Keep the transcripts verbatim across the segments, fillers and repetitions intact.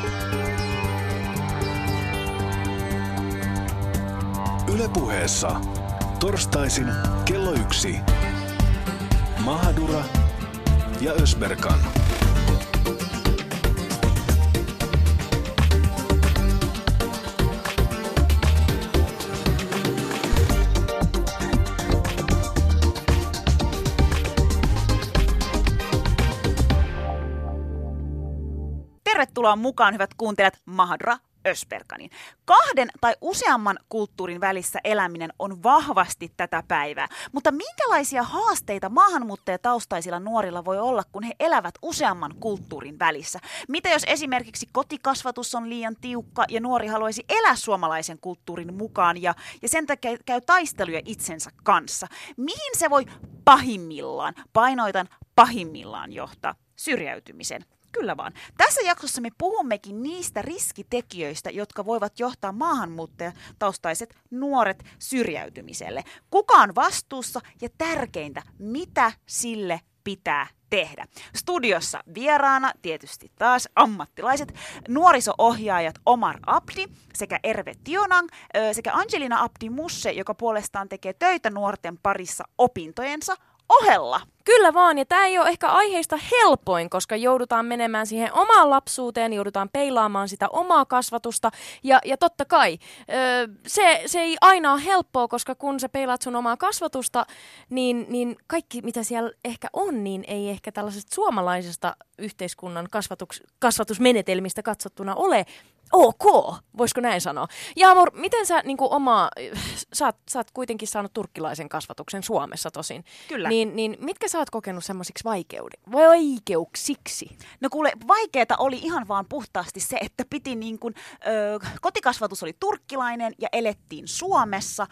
Yle Puheessa torstaisin kello yksi. Mahadura ja Ösberkan. Tervetuloa mukaan, hyvät kuuntelijat, Mahadura Ösberkanin. Kahden tai useamman kulttuurin välissä eläminen on vahvasti tätä päivää, mutta minkälaisia haasteita maahanmuuttajataustaisilla nuorilla voi olla, kun he elävät useamman kulttuurin välissä? Mitä jos esimerkiksi kotikasvatus on liian tiukka ja nuori haluaisi elää suomalaisen kulttuurin mukaan ja, ja sen takia käy taisteluja itsensä kanssa? Mihin se voi pahimmillaan, painoitan pahimmillaan johtaa? Syrjäytymisen. Kyllä vaan. Tässä jaksossa me puhummekin niistä riskitekijöistä, jotka voivat johtaa maahanmuuttajataustaiset nuoret syrjäytymiselle. Kuka on vastuussa ja tärkeintä, mitä sille pitää tehdä. Studiossa vieraana tietysti taas ammattilaiset, nuoriso-ohjaajat Omar Abdi sekä Erve Tionang sekä Angelina Abdi Musse, joka puolestaan tekee töitä nuorten parissa opintojensa ohella. Kyllä vaan, ja tämä ei ole ehkä aiheista helpoin, koska joudutaan menemään siihen omaan lapsuuteen, joudutaan peilaamaan sitä omaa kasvatusta, ja, ja totta kai öö, se, se ei aina ole helppoa, koska kun sä peilaat sun omaa kasvatusta, niin, niin kaikki mitä siellä ehkä on, niin ei ehkä tällaisesta suomalaisesta yhteiskunnan kasvatus, kasvatusmenetelmistä katsottuna ole ok, voisiko näin sanoa. Jaamur, miten sä niin kuin oma, sä oot, sä oot kuitenkin saanut turkkilaisen kasvatuksen Suomessa tosin. Kyllä. Niin, niin mitkä sä oot kokenut semmoisiksi vaikeuksiksi? No kuule, vaikeeta oli ihan vaan puhtaasti se, että piti niin kuin, ö, kotikasvatus oli turkkilainen ja elettiin Suomessa.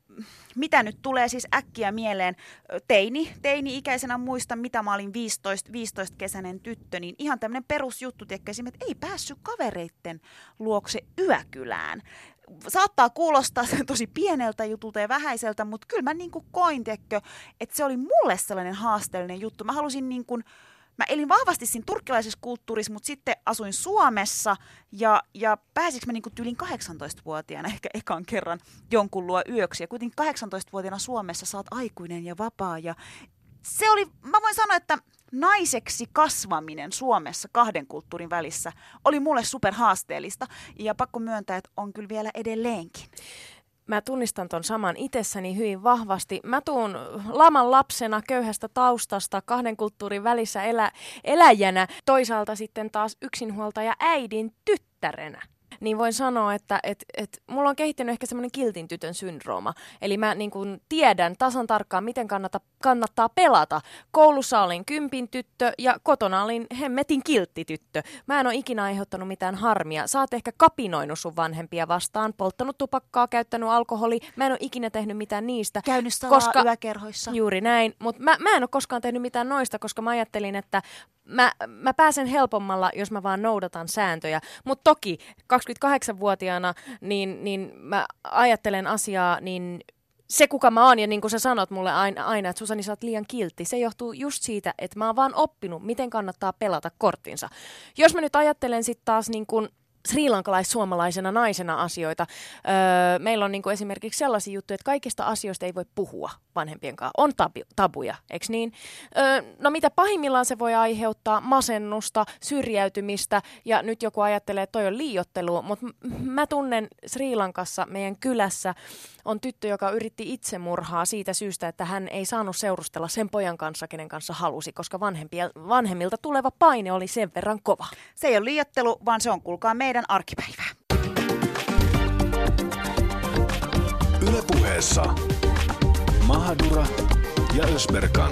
Mitä nyt tulee siis äkkiä mieleen, teini, teini-ikäisenä muistan, mitä mä olin viisitoista-kesäinen tyttö, niin ihan tämmöinen perusjuttu, tiedätkö, että ei päässyt kavereitten luokse yökylään. Saattaa kuulostaa tosi pieneltä jutulta ja vähäiseltä, mutta kyllä mä niin kuin koin, tiedätkö, että se oli mulle sellainen haasteellinen juttu. Mä halusin niin kuin, mä elin vahvasti siinä turkkilaisessa kulttuurissa, mutta sitten asuin Suomessa ja, ja pääsikö mä niin kuin tyylin kahdeksantoistavuotiaana ehkä ekan kerran jonkun luo yöksi. Ja kuitenkin kahdeksantoistavuotiaana Suomessa sä oot aikuinen ja vapaa. Ja se oli, mä voin sanoa, että naiseksi kasvaminen Suomessa kahden kulttuurin välissä oli mulle superhaasteellista. Ja pakko myöntää, että on kyllä vielä edelleenkin. Mä tunnistan ton saman itsessäni hyvin vahvasti. Mä tuun laman lapsena, köyhästä taustasta, kahden kulttuurin välissä elä, eläjänä, toisaalta sitten taas yksinhuoltaja äidin tyttärenä. Niin voin sanoa, että et, et, mulla on kehittynyt ehkä semmoinen kiltin tytön syndrooma. Eli mä niin kun tiedän tasan tarkkaan, miten kannata, kannattaa pelata. Koulussa olin kympin tyttö ja kotona olin hemmetin kiltti tyttö. Mä en ole ikinä aiheuttanut mitään harmia. Sä oot ehkä kapinoinut sun vanhempia vastaan, polttanut tupakkaa, käyttänyt alkoholi. Mä en ole ikinä tehnyt mitään niistä. Käynyt salaa koska, yökerhoissa. Juuri näin, mutta mä, mä en ole koskaan tehnyt mitään noista, koska mä ajattelin, että Mä, mä pääsen helpommalla, jos mä vaan noudatan sääntöjä. Mutta toki kaksikymmentäkahdeksanvuotiaana niin, niin mä ajattelen asiaa, niin se kuka mä oon, ja niin kuin sä sanot mulle aina, aina että Susani, sä oot liian kiltti, se johtuu just siitä, että mä oon vaan oppinut, miten kannattaa pelata korttinsa. Jos mä nyt ajattelen sitten taas niin kuin srilankalais-suomalaisena naisena asioita. Öö, meillä on niinku esimerkiksi sellaisia juttuja, että kaikista asioista ei voi puhua vanhempien kanssa. On tabu, tabuja, eikö niin? Öö, no mitä pahimmillaan se voi aiheuttaa? Masennusta, syrjäytymistä, ja nyt joku ajattelee, että toi on liioittelua, mutta mä tunnen Sri Lankassa, meidän kylässä, on tyttö, joka yritti itsemurhaa siitä syystä, että hän ei saanut seurustella sen pojan kanssa, kenen kanssa halusi, koska vanhemmilta tuleva paine oli sen verran kova. Se ei ole liioittelu, vaan se on, kuulkaa, meidän arkipäivää. Yle Puheessa Mahadura ja Ösberkan.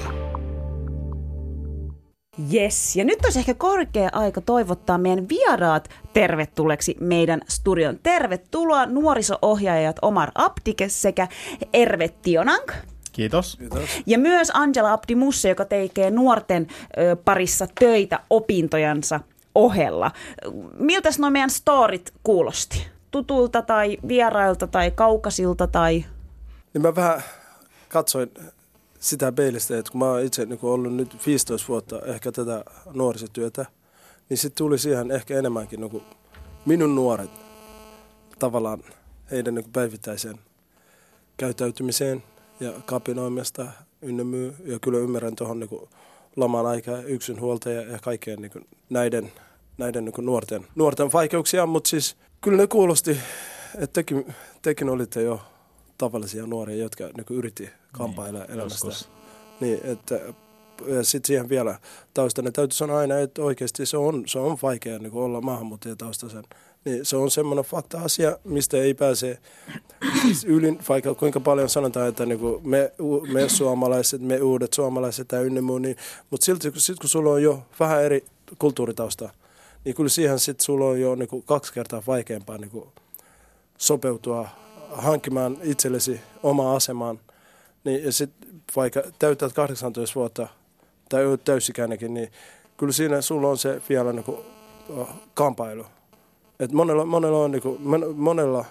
Yes, ja nyt olisi ehkä korkea aika toivottaa meidän vieraat tervetulleeksi meidän studion. Tervetuloa nuoriso-ohjaajat Omar Abdike sekä Erve Tionang. Kiitos. Kiitos. Ja myös Angela Abdi Musse, joka tekee nuorten ö, parissa töitä opintojansa ohella. Miltäs nuo meidän storit kuulosti? Tutulta tai vierailta tai kaukaisilta tai... Niin mä vähän katsoin sitä peilistä, että kun mä oon itse niin kun ollut nyt viisitoista vuotta ehkä tätä nuorisotyötä, niin sitten tuli siihen ehkä enemmänkin niin minun nuoret tavallaan heidän niin kuin päivittäiseen käyttäytymiseen ja kapinoimista ynnä myy. Ja kyllä ymmärrän tuohon niin kuin laman aikaa yksinhuoltaja ja kaikkien niin kuin näiden, näiden niin kuin nuorten, nuorten vaikeuksia, mutta siis kyllä ne kuulosti, että tekin, tekin olitte jo tavallisia nuoria, jotka niin kuin yritti kampailla niin, elämästä. Joskus. Niin, että ja sitten siihen vielä taustana täytyy sanoa aina, että oikeasti se on, se on vaikea niin kuin olla maahanmuuttajataustaisen. Niin se on semmoinen fakta-asia, mistä ei pääse siis ylin, vaikka kuinka paljon sanotaan, että niin kuin me, me suomalaiset, me uudet suomalaiset tai ynnä muu, niin, mutta silti sit, kun sulla on jo vähän eri kulttuuritausta, niin kyllä siihen sitten sulla on jo niin kuin kaksi kertaa vaikeampaa niin kuin sopeutua hankkimaan itsellesi omaa asemaan. Niin, ja sitten vaikka täytät kahdeksantoista vuotta tai olet täysikäinenkin, niin kyllä siinä sulla on se vielä niin kuin kampailu. Et monella, monella, on, niin kuin, monella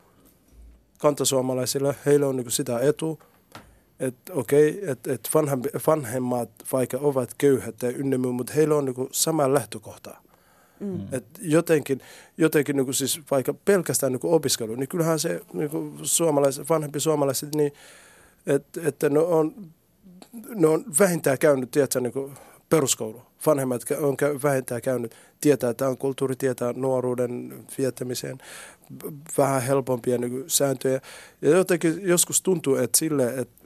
kantasuomalaisilla heillä on niin kuin sitä etua, että okei, että et vanhemmat vaikka ovat köyhät tai ynnä, mutta heillä on niin kuin sama lähtökohta. Mm. Et jotenkin, jotenkin niin kuin siis vaikka pelkästään niin kuin opiskelu, niin kyllähän se niin kuin suomalaiset, vanhempi suomalaiset, niin että et ne, on, ne on vähintään käynyt, tiedätkö, niin kuin peruskoulu. Vanhemmat on vähintään käynyt, tietää, että on kulttuuri, tietää nuoruuden viettämiseen, vähän helpompia niin kuin sääntöjä. Ja jotenkin joskus tuntuu, että silleen, että,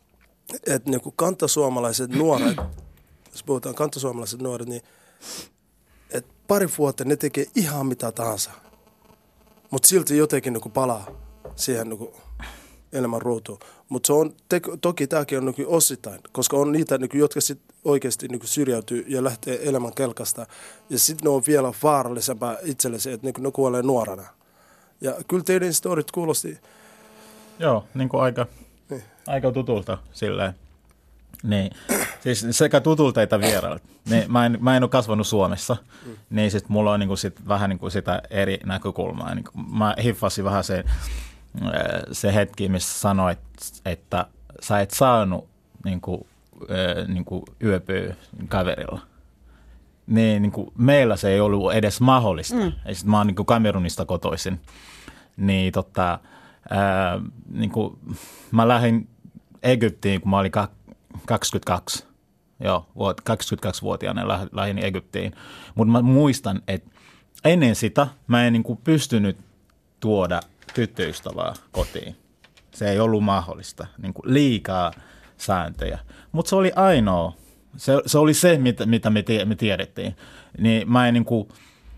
että niin kuin kantasuomalaiset nuoret, jos puhutaan kantasuomalaiset nuoret, niin että pari vuotta ne tekee ihan mitä tahansa. Mutta silti jotenkin niin kuin palaa siihen niin kuin elämän ruutuun. Mutta se on, te, toki tämäkin on niin osittain, koska on niitä, niin kuin, jotka sit oikeasti niin kuin syrjäytyy ja lähtee elämän kelkasta. Ja sitten ne on vielä vaarallisempaa itsellesi, että niin kuin ne kuolee nuorana. Ja kyllä teidän storit kuulosti. Joo, niin kuin aika, niin. aika tutulta silleen. Niin, siis sekä tutulta että vierailta. Niin, mä, en, mä en ole kasvanut Suomessa, mm. niin sitten mulla on niin kuin sit, vähän niin kuin sitä eri näkökulmaa. Niin kuin, mä hiffasin vähän se, se hetki, missä sanoit, että sä et saanut niin kuin, niin kuin yöpyä kaverilla. Niin, niin kuin meillä se ei ollut edes mahdollista. Mm. Ja sit mä oon niin kuin Kamerunista kotoisin. Niin tota, ää, niin kuin, mä lähdin Egyptiin, kun mä olin kaksikymmentäkaksi. Joo, kaksikymmentäkaksivuotiaana lähdin Egyptiin. Mutta mä muistan, että ennen sitä mä en niin kuin pystynyt tuoda tyttöystävää kotiin. Se ei ollut mahdollista. Niin kuin liikaa sääntöjä. Mutta se oli ainoa. Se, se oli se, mitä, mitä me, tie, me tiedettiin. Niin mä en niin kuin,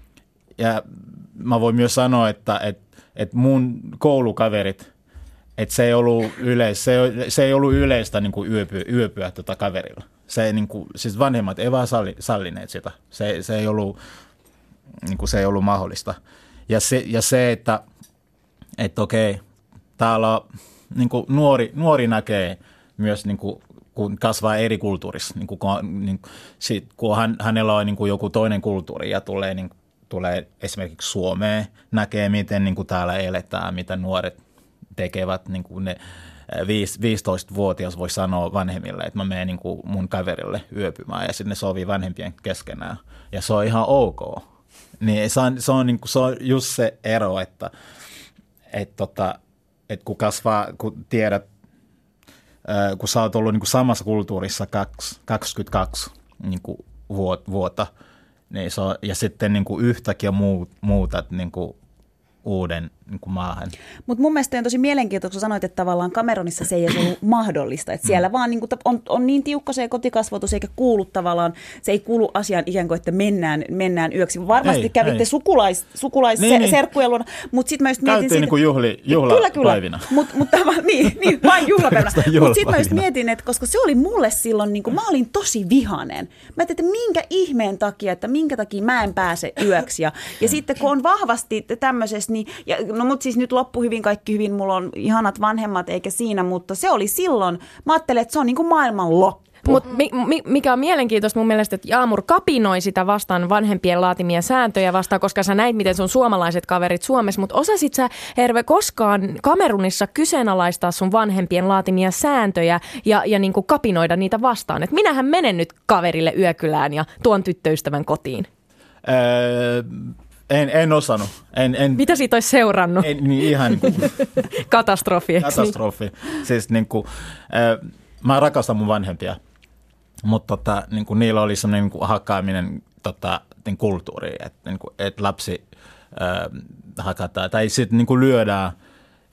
ja mä voin myös sanoa, että et, et mun koulukaverit, että se ei ollut, yleis, se, se ei ollut yleistä niin kuin yöpyä, yöpyä tota kaverilla. Se ei, niin kuin, siis vanhemmat ei vaan salli, sallineet sitä. Se, se, ei ollut, niin kuin, se ei ollut mahdollista. Ja se, ja se että että okei, täällä on, niin kuin nuori, nuori näkee myös, niin kuin, kun kasvaa eri kulttuurissa, niin kuin, niin, sit, kun hän, hänellä on niin kuin joku toinen kulttuuri ja tulee, niin, tulee esimerkiksi Suomeen, näkee miten niin kuin täällä eletään, mitä nuoret tekevät, niin kuin ne viisitoistavuotias voi sanoa vanhemmille, että mä menen niin kuin mun kaverille yöpymään ja sitten ne sovii vanhempien keskenään ja se on ihan ok. Niin se on, se on, niin kuin, se on just se ero, että Että tota, et kun kasvaa, kun tiedät, ää, kun sä oot ollut niin kuin samassa kulttuurissa kaksikymmentäkaksi niin kuin vuotta, niin se on, ja sitten niin kuin yhtäkkiä muut, muutat niin kuin uuden niin kuin maahan. Mutta mun mielestä on tosi mielenkiintoista, kun sanoit, että tavallaan Kamerunissa se ei ole ollut mahdollista. Että siellä mm. vaan niin kuin, on, on niin tiukka se kotikasvatus, eikä kuulu tavallaan, se ei kuulu asiaan ikään kuin, että mennään, mennään yöksi. Varmasti ei, kävitte ei. sukulais, sukulaisserkkujen luona, mutta sitten mä just mietin... Käytiin niin kuin juhli, juhlapäivinä. Mutta mut, niin, niin, vain juhlapäivänä. Mutta sitten mä just mietin, että koska se oli mulle silloin, niin kuin, mä olin tosi vihainen. Mä ajattelin, että minkä ihmeen takia, että minkä takia mä en pääse yöksi. Ja, ja sitten kun on vahvasti tämmöisessä, niin... Ja, no mutta siis nyt loppu hyvin, kaikki hyvin, mulla on ihanat vanhemmat eikä siinä, mutta se oli silloin, mä ajattelin, että se on niin kuin maailman loppu. Mutta mi, mi, mikä on mielenkiintoista mun mielestä, että Jaamur kapinoi sitä vastaan vanhempien laatimia sääntöjä vastaan, koska sä näit, miten sun suomalaiset kaverit Suomessa, mutta osasit sä, Herve, koskaan Kamerunissa kyseenalaistaa sun vanhempien laatimia sääntöjä ja, ja niin kuin kapinoida niitä vastaan? Et minähän menen nyt kaverille yökylään ja tuon tyttöystävän kotiin. Öö, En, en osannut. En, en, Mitä siitä olisi seurannut? En, niin ihan niin kuin, katastrofi, eikö katastrofi. Niin? Siis niin kuin, äh, mä rakastan mun vanhempia, mutta tota, niin kuin, niillä oli sellainen niin kuin hakkaaminen tota, niin kulttuuri, että niin kuin, et lapsi äh, hakataan tai sitten niin kuin lyödään äh,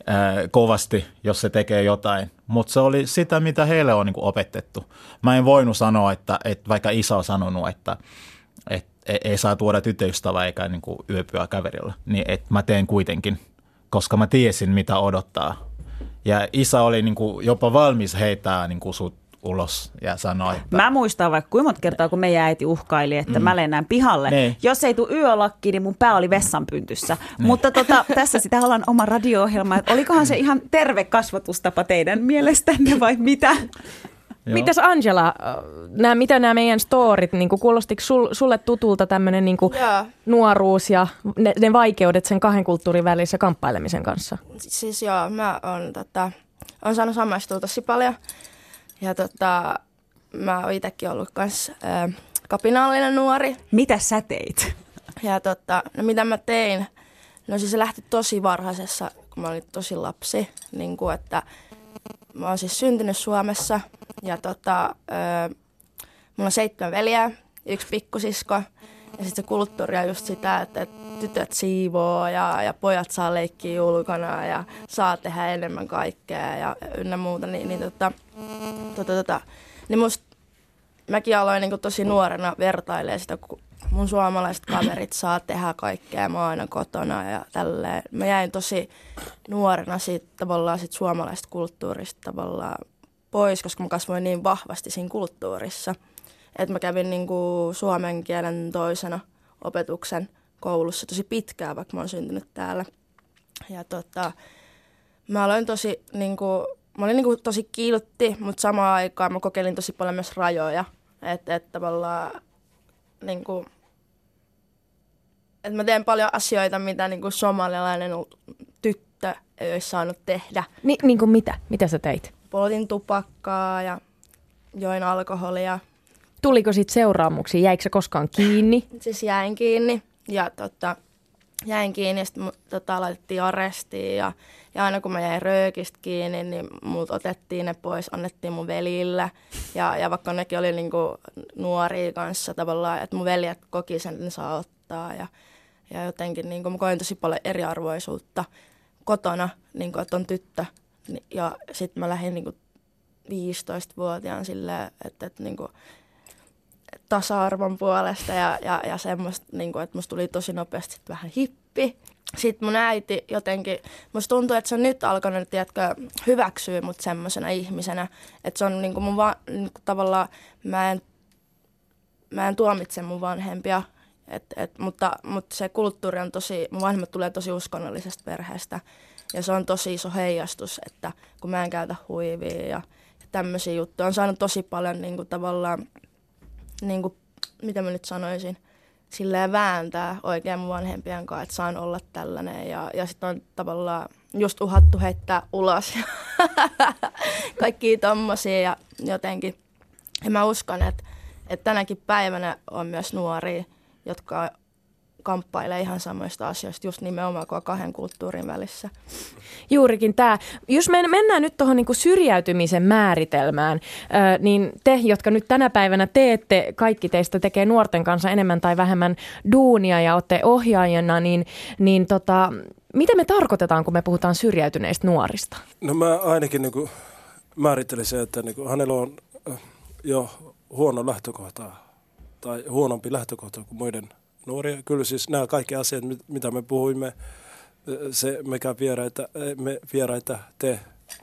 kovasti, jos se tekee jotain. Mutta se oli sitä, mitä heille on niin kuin opetettu. Mä en voinut sanoa, että, että vaikka isä on sanonut, että, että ei saa tuoda tyttöystävää eikä niin kuin yöpyä kaverilla, niin että mä teen kuitenkin, koska mä tiesin, mitä odottaa. Ja isä oli niin kuin jopa valmis heittää niin kuin sut ulos ja sanoi, että... Mä muistan vaikka kuinka monta kertaa, kun meidän äiti uhkaili, että mm. mä lennään pihalle. Ne. Jos ei tule yölakki, niin mun pää oli vessanpyntyssä. Ne. Mutta tota, tässä sitä ollaan oma radio-ohjelma. Että olikohan se ihan terve kasvatustapa teidän mielestänne vai mitä? Mitäs Angela, nää, mitä nämä meidän storit, niin kuulostiko sul, sulle tutulta tämmöinen niin nuoruus ja ne, ne vaikeudet sen kahden kulttuurin välissä kamppailemisen kanssa? Siis joo, mä oon, tota, oon saanut samaistua tosi paljon ja tota, mä oon itsekin ollut kans ä, kapinallinen nuori. Mitä sä teit? Ja tota, no mitä mä tein? No siis se lähti tosi varhaisessa, kun mä olin tosi lapsi, niin kuin että mä oon siis syntynyt Suomessa ja tota, ö, mulla on seitsemän veljeä, yksi pikkusisko ja sitten se kulttuuri on just sitä, että, että tytöt siivoo ja, ja pojat saa leikkiä ulkona ja saa tehdä enemmän kaikkea ja ynnä muuta. Niin, niin, tota, tota, tota, niin musta mäkin aloin niin kuin tosi nuorena vertailemaan sitä, kun mun suomalaiset kaverit saa tehdä kaikkea ja mä oon aina kotona ja tälleen. Mä jäin tosi nuorena siitä tavallaan siitä suomalaisesta kulttuurista tavallaan pois, koska mä kasvoin niin vahvasti siinä kulttuurissa. Että mä kävin niinku suomen kielen toisena opetuksen koulussa tosi pitkään, vaikka mä oon syntynyt täällä. Ja tota, mä aloin tosi niinku, mä olin niinku tosi kiltti, mutta samaan aikaan mä kokeilin tosi paljon myös rajoja. Että et tavallaan niinku, että mä teen paljon asioita, mitä niinku somalialainen tyttö ei olisi saanut tehdä. Ni, niin kuin mitä? Mitä sä teit? Poltin tupakkaa ja join alkoholia. Tuliko siitä seuraamuksia? Jäikö se koskaan kiinni? Siis jäin kiinni ja tota, jäin kiinni ja sitten tota, laitettiin arestiin ja, ja aina kun mä jäin röökistä kiinni, niin mut otettiin ne pois, annettiin mun velille. Ja, ja vaikka nekin oli niinku nuoria kanssa tavallaan, että mun veljet koki sen, että ne saa ottaa ja, ja jotenkin niinku, mä koin tosi paljon eriarvoisuutta kotona, niinku, että on tyttö. Ja sitten mä lähdin niinku viisitoistavuotiaan silleen, että, että niinku, tasa-arvon puolesta ja, ja, ja semmoista, niinku, että musta tuli tosi nopeasti sit vähän hippi. Sitten mun äiti jotenkin, musta tuntuu, että se on nyt alkanut, tiedätkö, hyväksyä mut semmoisena ihmisenä. Että se on niinku mun va- niinku tavallaan, mä en, mä en tuomitse mun vanhempia, et, et, mutta, mutta se kulttuuri on tosi, mun vanhemmat tulee tosi uskonnollisesta perheestä. Ja se on tosi iso heijastus, että kun mä en käytä huivia ja, ja tämmöisiä juttuja. On saanut tosi paljon niin kuin tavallaan, niin kuin, mitä mä nyt sanoisin, silleen vääntää oikein mun vanhempien kanssa, että saan olla tällainen. Ja, ja sitten on tavallaan just uhattu heittää ulos ja kaikkia tommosia ja jotenkin. Ja mä uskon, että, että tänäkin päivänä on myös nuoria, jotka kamppailee ihan samoista asioista, just nimenomaan kuin kahden kulttuurin välissä. Juurikin tämä. Jos me mennään nyt tuohon niinku syrjäytymisen määritelmään, äh, niin te, jotka nyt tänä päivänä teette, kaikki teistä tekee nuorten kanssa enemmän tai vähemmän duunia ja olette ohjaajana, niin, niin tota, mitä me tarkoitetaan, kun me puhutaan syrjäytyneistä nuorista? No mä ainakin niin määrittelin se, että niin hänellä on jo huono lähtökohta tai huonompi lähtökohta kuin muiden nuoria. Kyllä siis nämä kaikki asiat, mitä me puhuimme, se mekä vieraita, me vieraita te,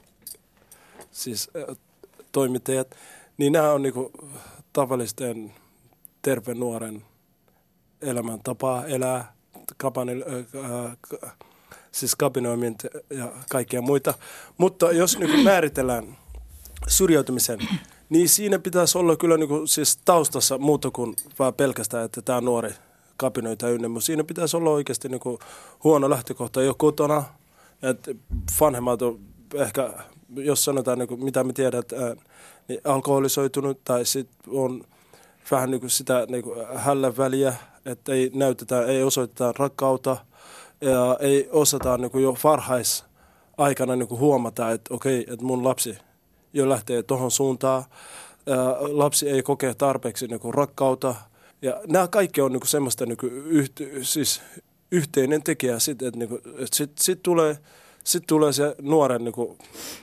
siis toimittajat, niin nämä on niinku tavallisten terveen nuoren elämäntapaa elää, kapanil, äh, siis kapinoimien ja kaikkia muita. Mutta jos niinku määritellään syrjäytymisen, niin siinä pitäisi olla kyllä niinku siis taustassa muuta kuin vaan pelkästään, että tämä nuori kapinoita ynnä, mutta siinä pitäisi olla oikeasti niinku huono lähtökohta jo kotona, että vanhemmat on ehkä, jos sanotaan niinku, mitä me tiedät, ää, niin alkoholisoitunut tai sitten on vähän niinku sitä niinku hällän väliä, että ei näytetä, ei osoiteta rakkautta ja ei osata niin kuin jo varhaisaikana niin kuin huomata, että okei, että mun lapsi jo lähtee tuohon suuntaan, ja lapsi ei kokea tarpeeksi niin kuin rakkautta. Ja nämä kaikki on niin kuin semmoista niin kuin yhte, siis yhteinen tekijä, sit, että niin kuin, että sitten sit tulee, sit tulee se nuoren niin kuin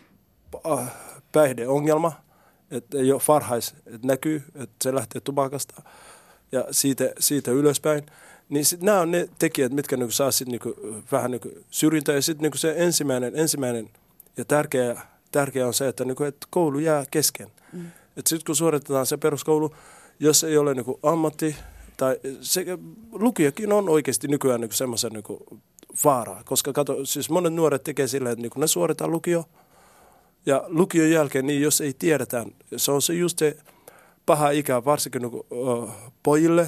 päihdeongelma, että ei ole varhais, että näkyy, että se lähtee tupakasta ja siitä, siitä ylöspäin. Niin sit nämä on ne tekijät, mitkä niinku saa sit niinku vähän niinku syrjintää. Ja sitten niinku se ensimmäinen, ensimmäinen ja tärkeä, tärkeä on se, että niinku, et koulu jää kesken. Mm. Sitten kun suoritetaan se peruskoulu, jos ei ole niinku ammatti, tai se, lukiokin on oikeasti nykyään niinku semmoisen niinku vaaraa. Koska kato, siis monet nuoret tekee silleen, että niinku ne suoritaan lukio. Ja lukion jälkeen, niin jos ei tiedetä, se on se just se paha ikä, varsinkin niinku, uh, pojille,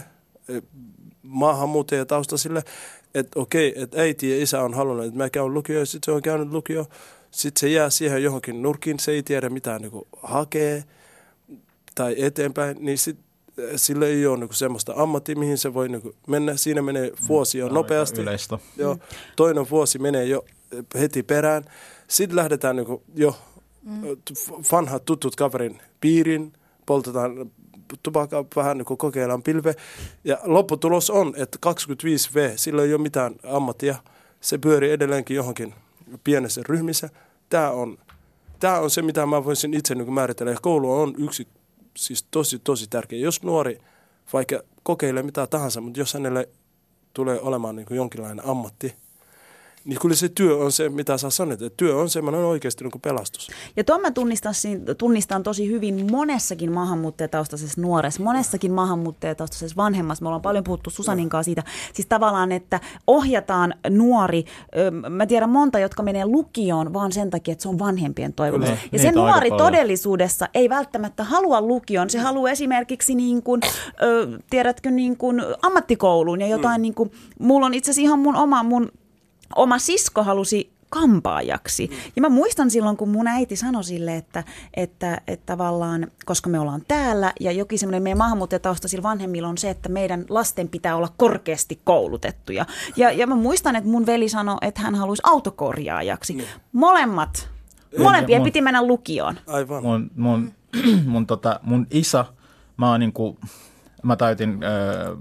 maahanmuuttajataustaisille, että okei, että äiti ja isä on halunnut, että mä käyn lukio, ja sitten se on käynyt lukio, sitten se jää siihen johonkin nurkiin, se ei tiedä mitään niinku hakee tai eteenpäin, niin sitten sillä ei ole niinku semmoista ammattia, mihin se voi niinku mennä. Siinä menee vuosi jo nopeasti. Joo, toinen vuosi menee jo heti perään. Sitten lähdetään niinku jo mm. vanhat tutut kaverin piiriin, poltetaan tupakkaa, vähän niin kuin kokeillaan pilve. Ja lopputulos on, että kaksikymmentäviisi vuotta, sillä ei ole mitään ammattia. Se pyörii edelleenkin johonkin pienessä ryhmissä. Tämä on, tämä on se, mitä mä voisin itse niin kuin määritellä. Ja koulu on yksi siis tosi, tosi tärkeä. Jos nuori vaikka kokeilee mitä tahansa, mutta jos hänelle tulee olemaan niin kuin jonkinlainen ammatti, niin kyllä se työ on se, mitä sä sanot, että työ on semmoinen oikeasti niin kuin pelastus. Ja tuon mä tunnistan, tunnistan tosi hyvin monessakin maahanmuuttajataustaisessa nuoressa, monessakin maahanmuuttajataustaisessa vanhemmassa. Me ollaan paljon puhuttu Susanin kanssa siitä. Siis tavallaan, että ohjataan nuori, mä tiedän monta, jotka menee lukioon vaan sen takia, että se on vanhempien toivomus. Ja niin, se nuori todellisuudessa ei välttämättä halua lukioon. Se haluaa esimerkiksi niin kuin, tiedätkö, niin kuin ammattikouluun ja jotain, mm. niin kuin, mulla on itse asiassa ihan mun oma, mun Oma sisko halusi kampaajaksi. Ja mä muistan silloin, kun mun äiti sanoi sille, että, että, että tavallaan, koska me ollaan täällä ja jokin semmoinen meidän maahanmuuttajataustaisilla vanhemmilla on se, että meidän lasten pitää olla korkeasti koulutettuja. Ja, ja mä muistan, että mun veli sanoi, että hän haluaisi autokorjaajaksi. Mm. Molemmat, molempien mun, piti mennä lukioon. Aivan. Mun, mun, mun, tota, mun isä, mä oon niinku, mä täytin Öö,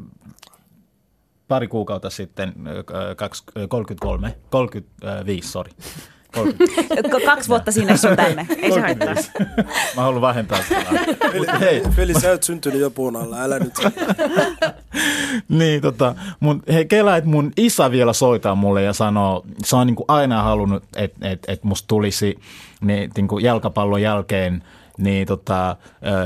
pari kuukautta sitten, kolmekymmentäkolme, kolmekymmentäviisi, sori. Kaksi vuotta sinne sun tänne, ei se haittaa. Mä haluan vähentää sitä. Hei, Feli, sä oot syntynyt jo puun alla, älä nyt. Niin, tota, mun, hei, kela, että mun isä vielä soittaa mulle ja sanoo, se on niin kuin aina halunnut, että et, et musta tulisi niin, niin kuin jalkapallon jälkeen niin, tota,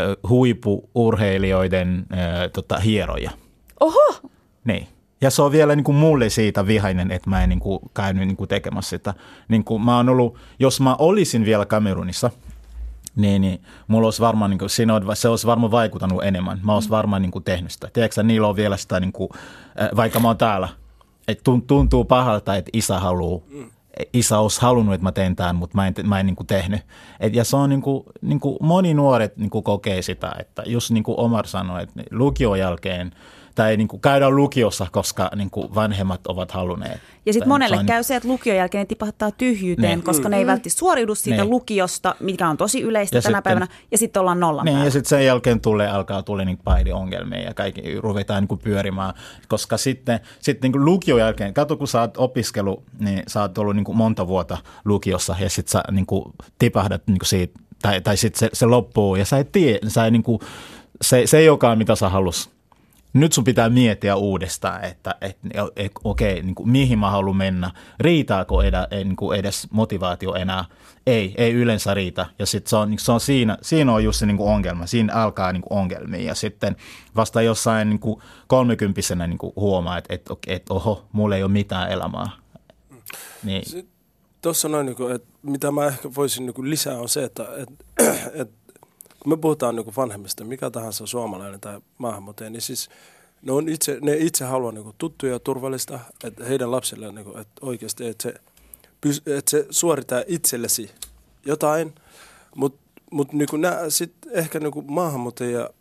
huippu-urheilijoiden tota, hieroja. Oho! Niin. Ja se on vielä niin kuin mulle siitä vihainen, että mä en niin kuin käynyt niin kuin tekemässä sitä. Niin kuin mä oon ollut, jos mä olisin vielä Kamerunissa, niin, niin mulla olisi varmaan, niin kuin, siinä on, se olisi varmaan vaikuttanut enemmän. Mä olisin varmaan niin kuin tehnyt sitä. Tiedätkö, niillä on vielä sitä, niin kuin, vaikka mä oon täällä, että tuntuu pahalta, että isä haluaa. Isä olisi halunnut, että mä teen tämän, mutta mä en, mä en niin kuin tehnyt. Et, ja se on niin kuin, niin kuin moni nuoret niin kuin kokee sitä, että just niin kuin Omar sanoi, että lukion jälkeen tai niin kuin käydään lukiossa, koska niin kuin vanhemmat ovat halunneet. Ja sitten monelle on käy se, että lukion jälkeen ne tipahtaa tyhjyyteen, ne. koska mm. ne ei välttämättä suoriudu siitä ne. lukiosta, mikä on tosi yleistä ja tänä sitten, päivänä, ja sitten ollaan nollan niin, päällä. Ja sitten sen jälkeen tulee, alkaa tulla niin päihdeongelmia ja kaikki ruvetaan niin kuin pyörimään, koska sitten, sitten niin kuin lukion jälkeen, katso kun sä oot opiskellut, niin sä oot ollut niin kuin monta vuotta lukiossa ja sitten sä niin kuin tipahdat niin kuin siitä, tai, tai sitten se, se loppuu ja sä et tiedä, sä ei, niin kuin, se, se ei olekaan mitä sä halus. Nyt sun pitää miettiä uudestaan, että et, et, okei, niin kuin, mihin mä haluan mennä. Riitaako edä, niin kuin edes motivaatio enää? Ei, ei yleensä riitä. Ja sitten se on, se on siinä, siinä on just se niin kuin ongelma. Siinä alkaa niin kuin ongelmia. Ja sitten vasta jossain niin kuin kolmekymppisenä niin kuin huomaa, että et, et, oho, mulla ei ole mitään elämää. Niin. Tuossa noin, niin kuin, että mitä mä ehkä voisin niin kuin lisää on se, että et, et, kun me puhutaan niin kuin vanhemmista, mikä tahansa suomalainen tai maahanmuuttaja, niin siis ne, on itse, ne itse haluaa niin kuin tuttuja ja turvallista, että heidän lapsilleen niin kuin, että oikeasti, että se, että se suorittaa itsellesi jotain, mutta mut, niin sitten ehkä niin kuin maahanmuuttajia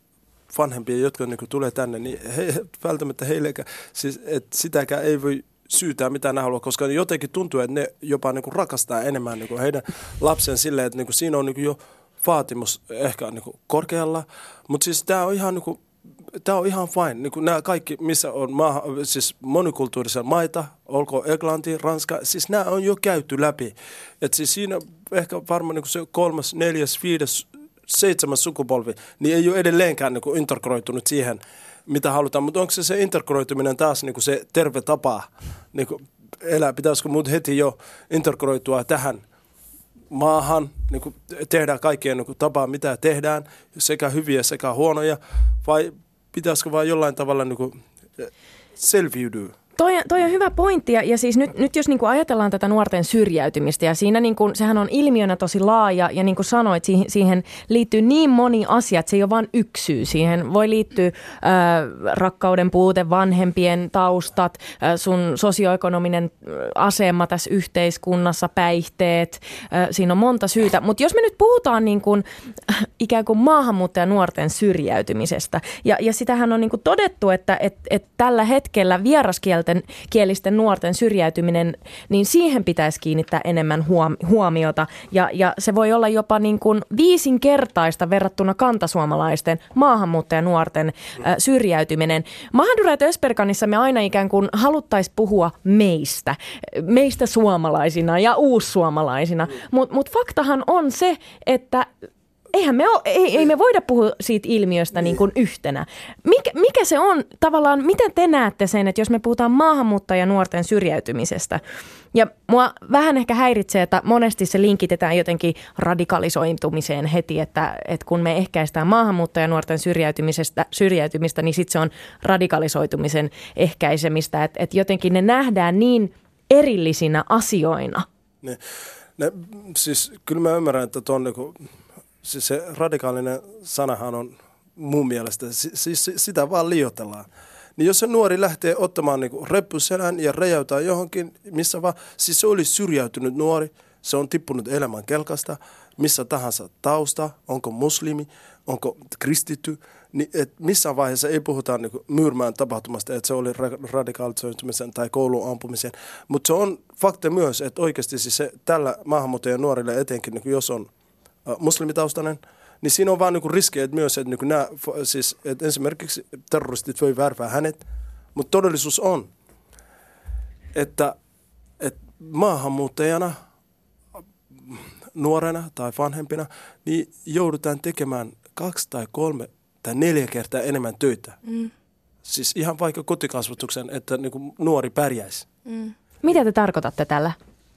vanhempia, jotka niin kuin tulee tänne, niin he, välttämättä heille, siis, että sitäkään ei voi syytää mitään ne haluaa, koska jotenkin tuntuu, että ne jopa niin kuin rakastaa enemmän niin kuin heidän lapsen silleen, että niin kuin siinä on niin kuin jo vaatimus ehkä niin kuin korkealla, mutta siis tämä on ihan niin kuin, tämä on ihan fine. Niin kuin nämä kaikki, missä on maa, siis monikulttuurisia maita, olkoon Englanti, Ranska, siis nämä on jo käyty läpi. Et siis siinä ehkä varmaan niin kuin se kolmas, neljäs, viides, seitsemäs sukupolvi, niin ei ole edelleenkään niin kuin integroitunut siihen, mitä halutaan. Mutta onko se se integroituminen taas niin kuin se terve tapa niin kuin elää? Pitäisikö muut heti jo integroitua tähän maahan, niin kuin tehdään kaikkien niin kuin tapaa, mitä tehdään, sekä hyviä sekä huonoja, vai pitäisikö vaan jollain tavalla niin kuin selviytyä? Toi, toi on hyvä pointti ja, ja siis nyt, nyt jos niin kuin ajatellaan tätä nuorten syrjäytymistä ja siinä niin kuin, sehän on ilmiönä tosi laaja ja niin kuin sanoit, siihen, siihen liittyy niin moni asia, että se ei ole vain yksi syy. Siihen voi liittyä ää, rakkauden puute, vanhempien taustat, ää, sun sosioekonominen asema tässä yhteiskunnassa, päihteet, ää, siinä on monta syytä. Mutta jos me nyt puhutaan niin kuin, äh, ikään kuin maahanmuuttajanuorten syrjäytymisestä ja, ja sitähän on niin kuin todettu, että et, et tällä hetkellä vieraskieltä kielisten nuorten syrjäytyminen, niin siihen pitäisi kiinnittää enemmän huomiota. Ja, ja se voi olla jopa niin kuin viisinkertaista verrattuna kantasuomalaisten maahanmuuttajanuorten äh, syrjäytyminen. Mahadura ja Ösperkanissa me aina ikään kuin haluttaisiin puhua meistä, meistä suomalaisina ja uussuomalaisina. Mutta mut faktahan on se, että Eihän me ole, ei, ei me voida puhua siitä ilmiöstä niin kuin yhtenä. Mikä, mikä se on tavallaan, miten te näette sen, että jos me puhutaan maahanmuuttajanuorten syrjäytymisestä, ja mua vähän ehkä häiritsee, että monesti se linkitetään jotenkin radikalisoitumiseen heti, että, että kun me ehkäistään maahanmuuttajanuorten syrjäytymisestä, syrjäytymistä, niin sitten se on radikalisoitumisen ehkäisemistä, että, että jotenkin ne nähdään niin erillisinä asioina. Ne, ne, siis kyllä mä ymmärrän, että tuon niinku siis se radikaalinen sanahan on mun mielestä, siis sitä vaan liioitellaan. Niin jos se nuori lähtee ottamaan niinku reppuselän ja räjäytää johonkin, missä vaan, siis se oli syrjäytynyt nuori, se on tippunut elämän kelkasta, missä tahansa tausta, onko muslimi, onko kristitty, niin et missään vaiheessa ei puhuta niinku Myyrmään tapahtumasta, että se oli radikalisoitumisen tai koulun ampumisen, mutta se on fakta myös, että oikeasti siis se tällä maahanmuuttajan nuorille etenkin, niinku jos on muslimitaustainen, niin siinä on vaan niinku riskejä myös, että, niinku nämä, siis, että esimerkiksi terroristit voi värvää hänet, mutta todellisuus on, että, että maahanmuuttajana, nuorena tai vanhempina, niin joudutaan tekemään kaksi tai kolme tai neljä kertaa enemmän töitä. Mm. Siis ihan vaikka kotikasvatuksen, että niinku nuori pärjäisi. Mm. Mitä te tarkoitatte tällä?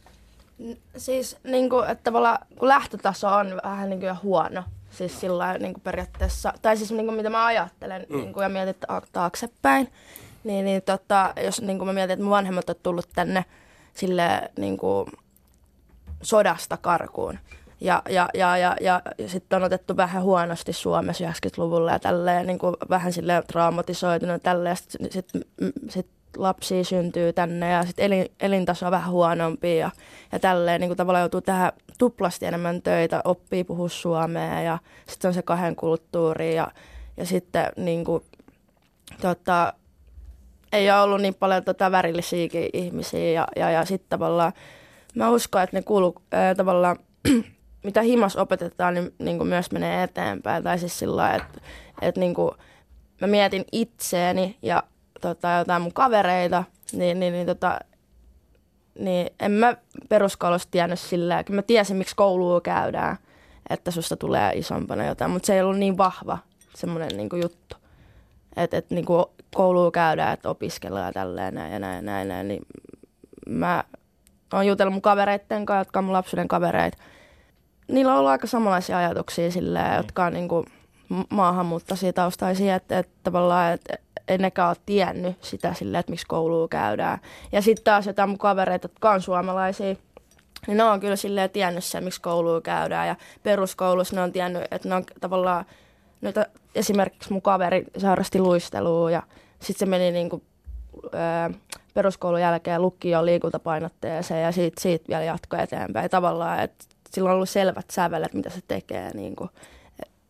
Siis niin kuin, että tavallaan kun lähtötaso on vähän niin kuin huono, siis sillä niin kuin periaatteessa, tai siis niin kuin mitä mä ajattelen mm. niin kuin, ja mietin taaksepäin, niin, niin tota, jos niin kuin mä mietin, että mun vanhemmat on tullut tänne sille niin kuin sodasta karkuun, ja, ja, ja, ja, ja, ja sitten on otettu vähän huonosti Suomessa yhdeksänkymmentäluvulla ja tälleen, niin kuin vähän silleen traumatisoitunut ja tälleen, ja sitten sit, sit lapsia syntyy tänne ja sitten elin, elintaso on vähän huonompi ja, ja tälleen niin kuin tavallaan joutuu tehdä tuplasti enemmän töitä, oppii puhua suomea ja sitten on se kahden kulttuuri ja, ja sitten niin kuin, tota, ei ole ollut niin paljon tota värillisiäkin ihmisiä ja, ja, ja sitten tavallaan mä uskon, että ne kuuluu ää, tavallaan, mitä himas opetetaan, niin, niin kuin myös menee eteenpäin tai siis sillä lailla, että, että niin kuin mä mietin itseäni ja Tota, jotain mun kavereita, niin, niin, niin, tota, niin en mä peruskoulussa tiennyt sillä, kyllä mä tiesin, miksi koulua käydään, että susta tulee isompana jotain, mutta se ei ollut niin vahva semmoinen niin kuin juttu, että et, niin kuin koulua käydään, että opiskellaan ja tälleen näin ja näin, näin, näin, niin mä oon jutellut mun kavereitten kanssa, jotka on mun lapsuuden kavereita. Niillä on ollut aika samanlaisia ajatuksia silleen, jotka on niin kuin maahanmuuttaisia taustaisia, että, että tavallaan, että en nekään ole tiennyt sitä silleen, että miksi koulua käydään. Ja sitten taas jotain mun kavereita, jotka on suomalaisia, niin ne on kyllä silleen tiennyt sen, miksi koulua käydään. Ja peruskoulussa ne on tiennyt, että ne on tavallaan, noita, esimerkiksi mun kaveri sairasti luistelua ja sitten se meni niinku, ää, peruskoulun jälkeen lukioon liikuntapainotteeseen ja siitä, siitä vielä jatkoi eteenpäin. Tavallaan, että sillä on ollut selvät sävelet, mitä se tekee. Niinku.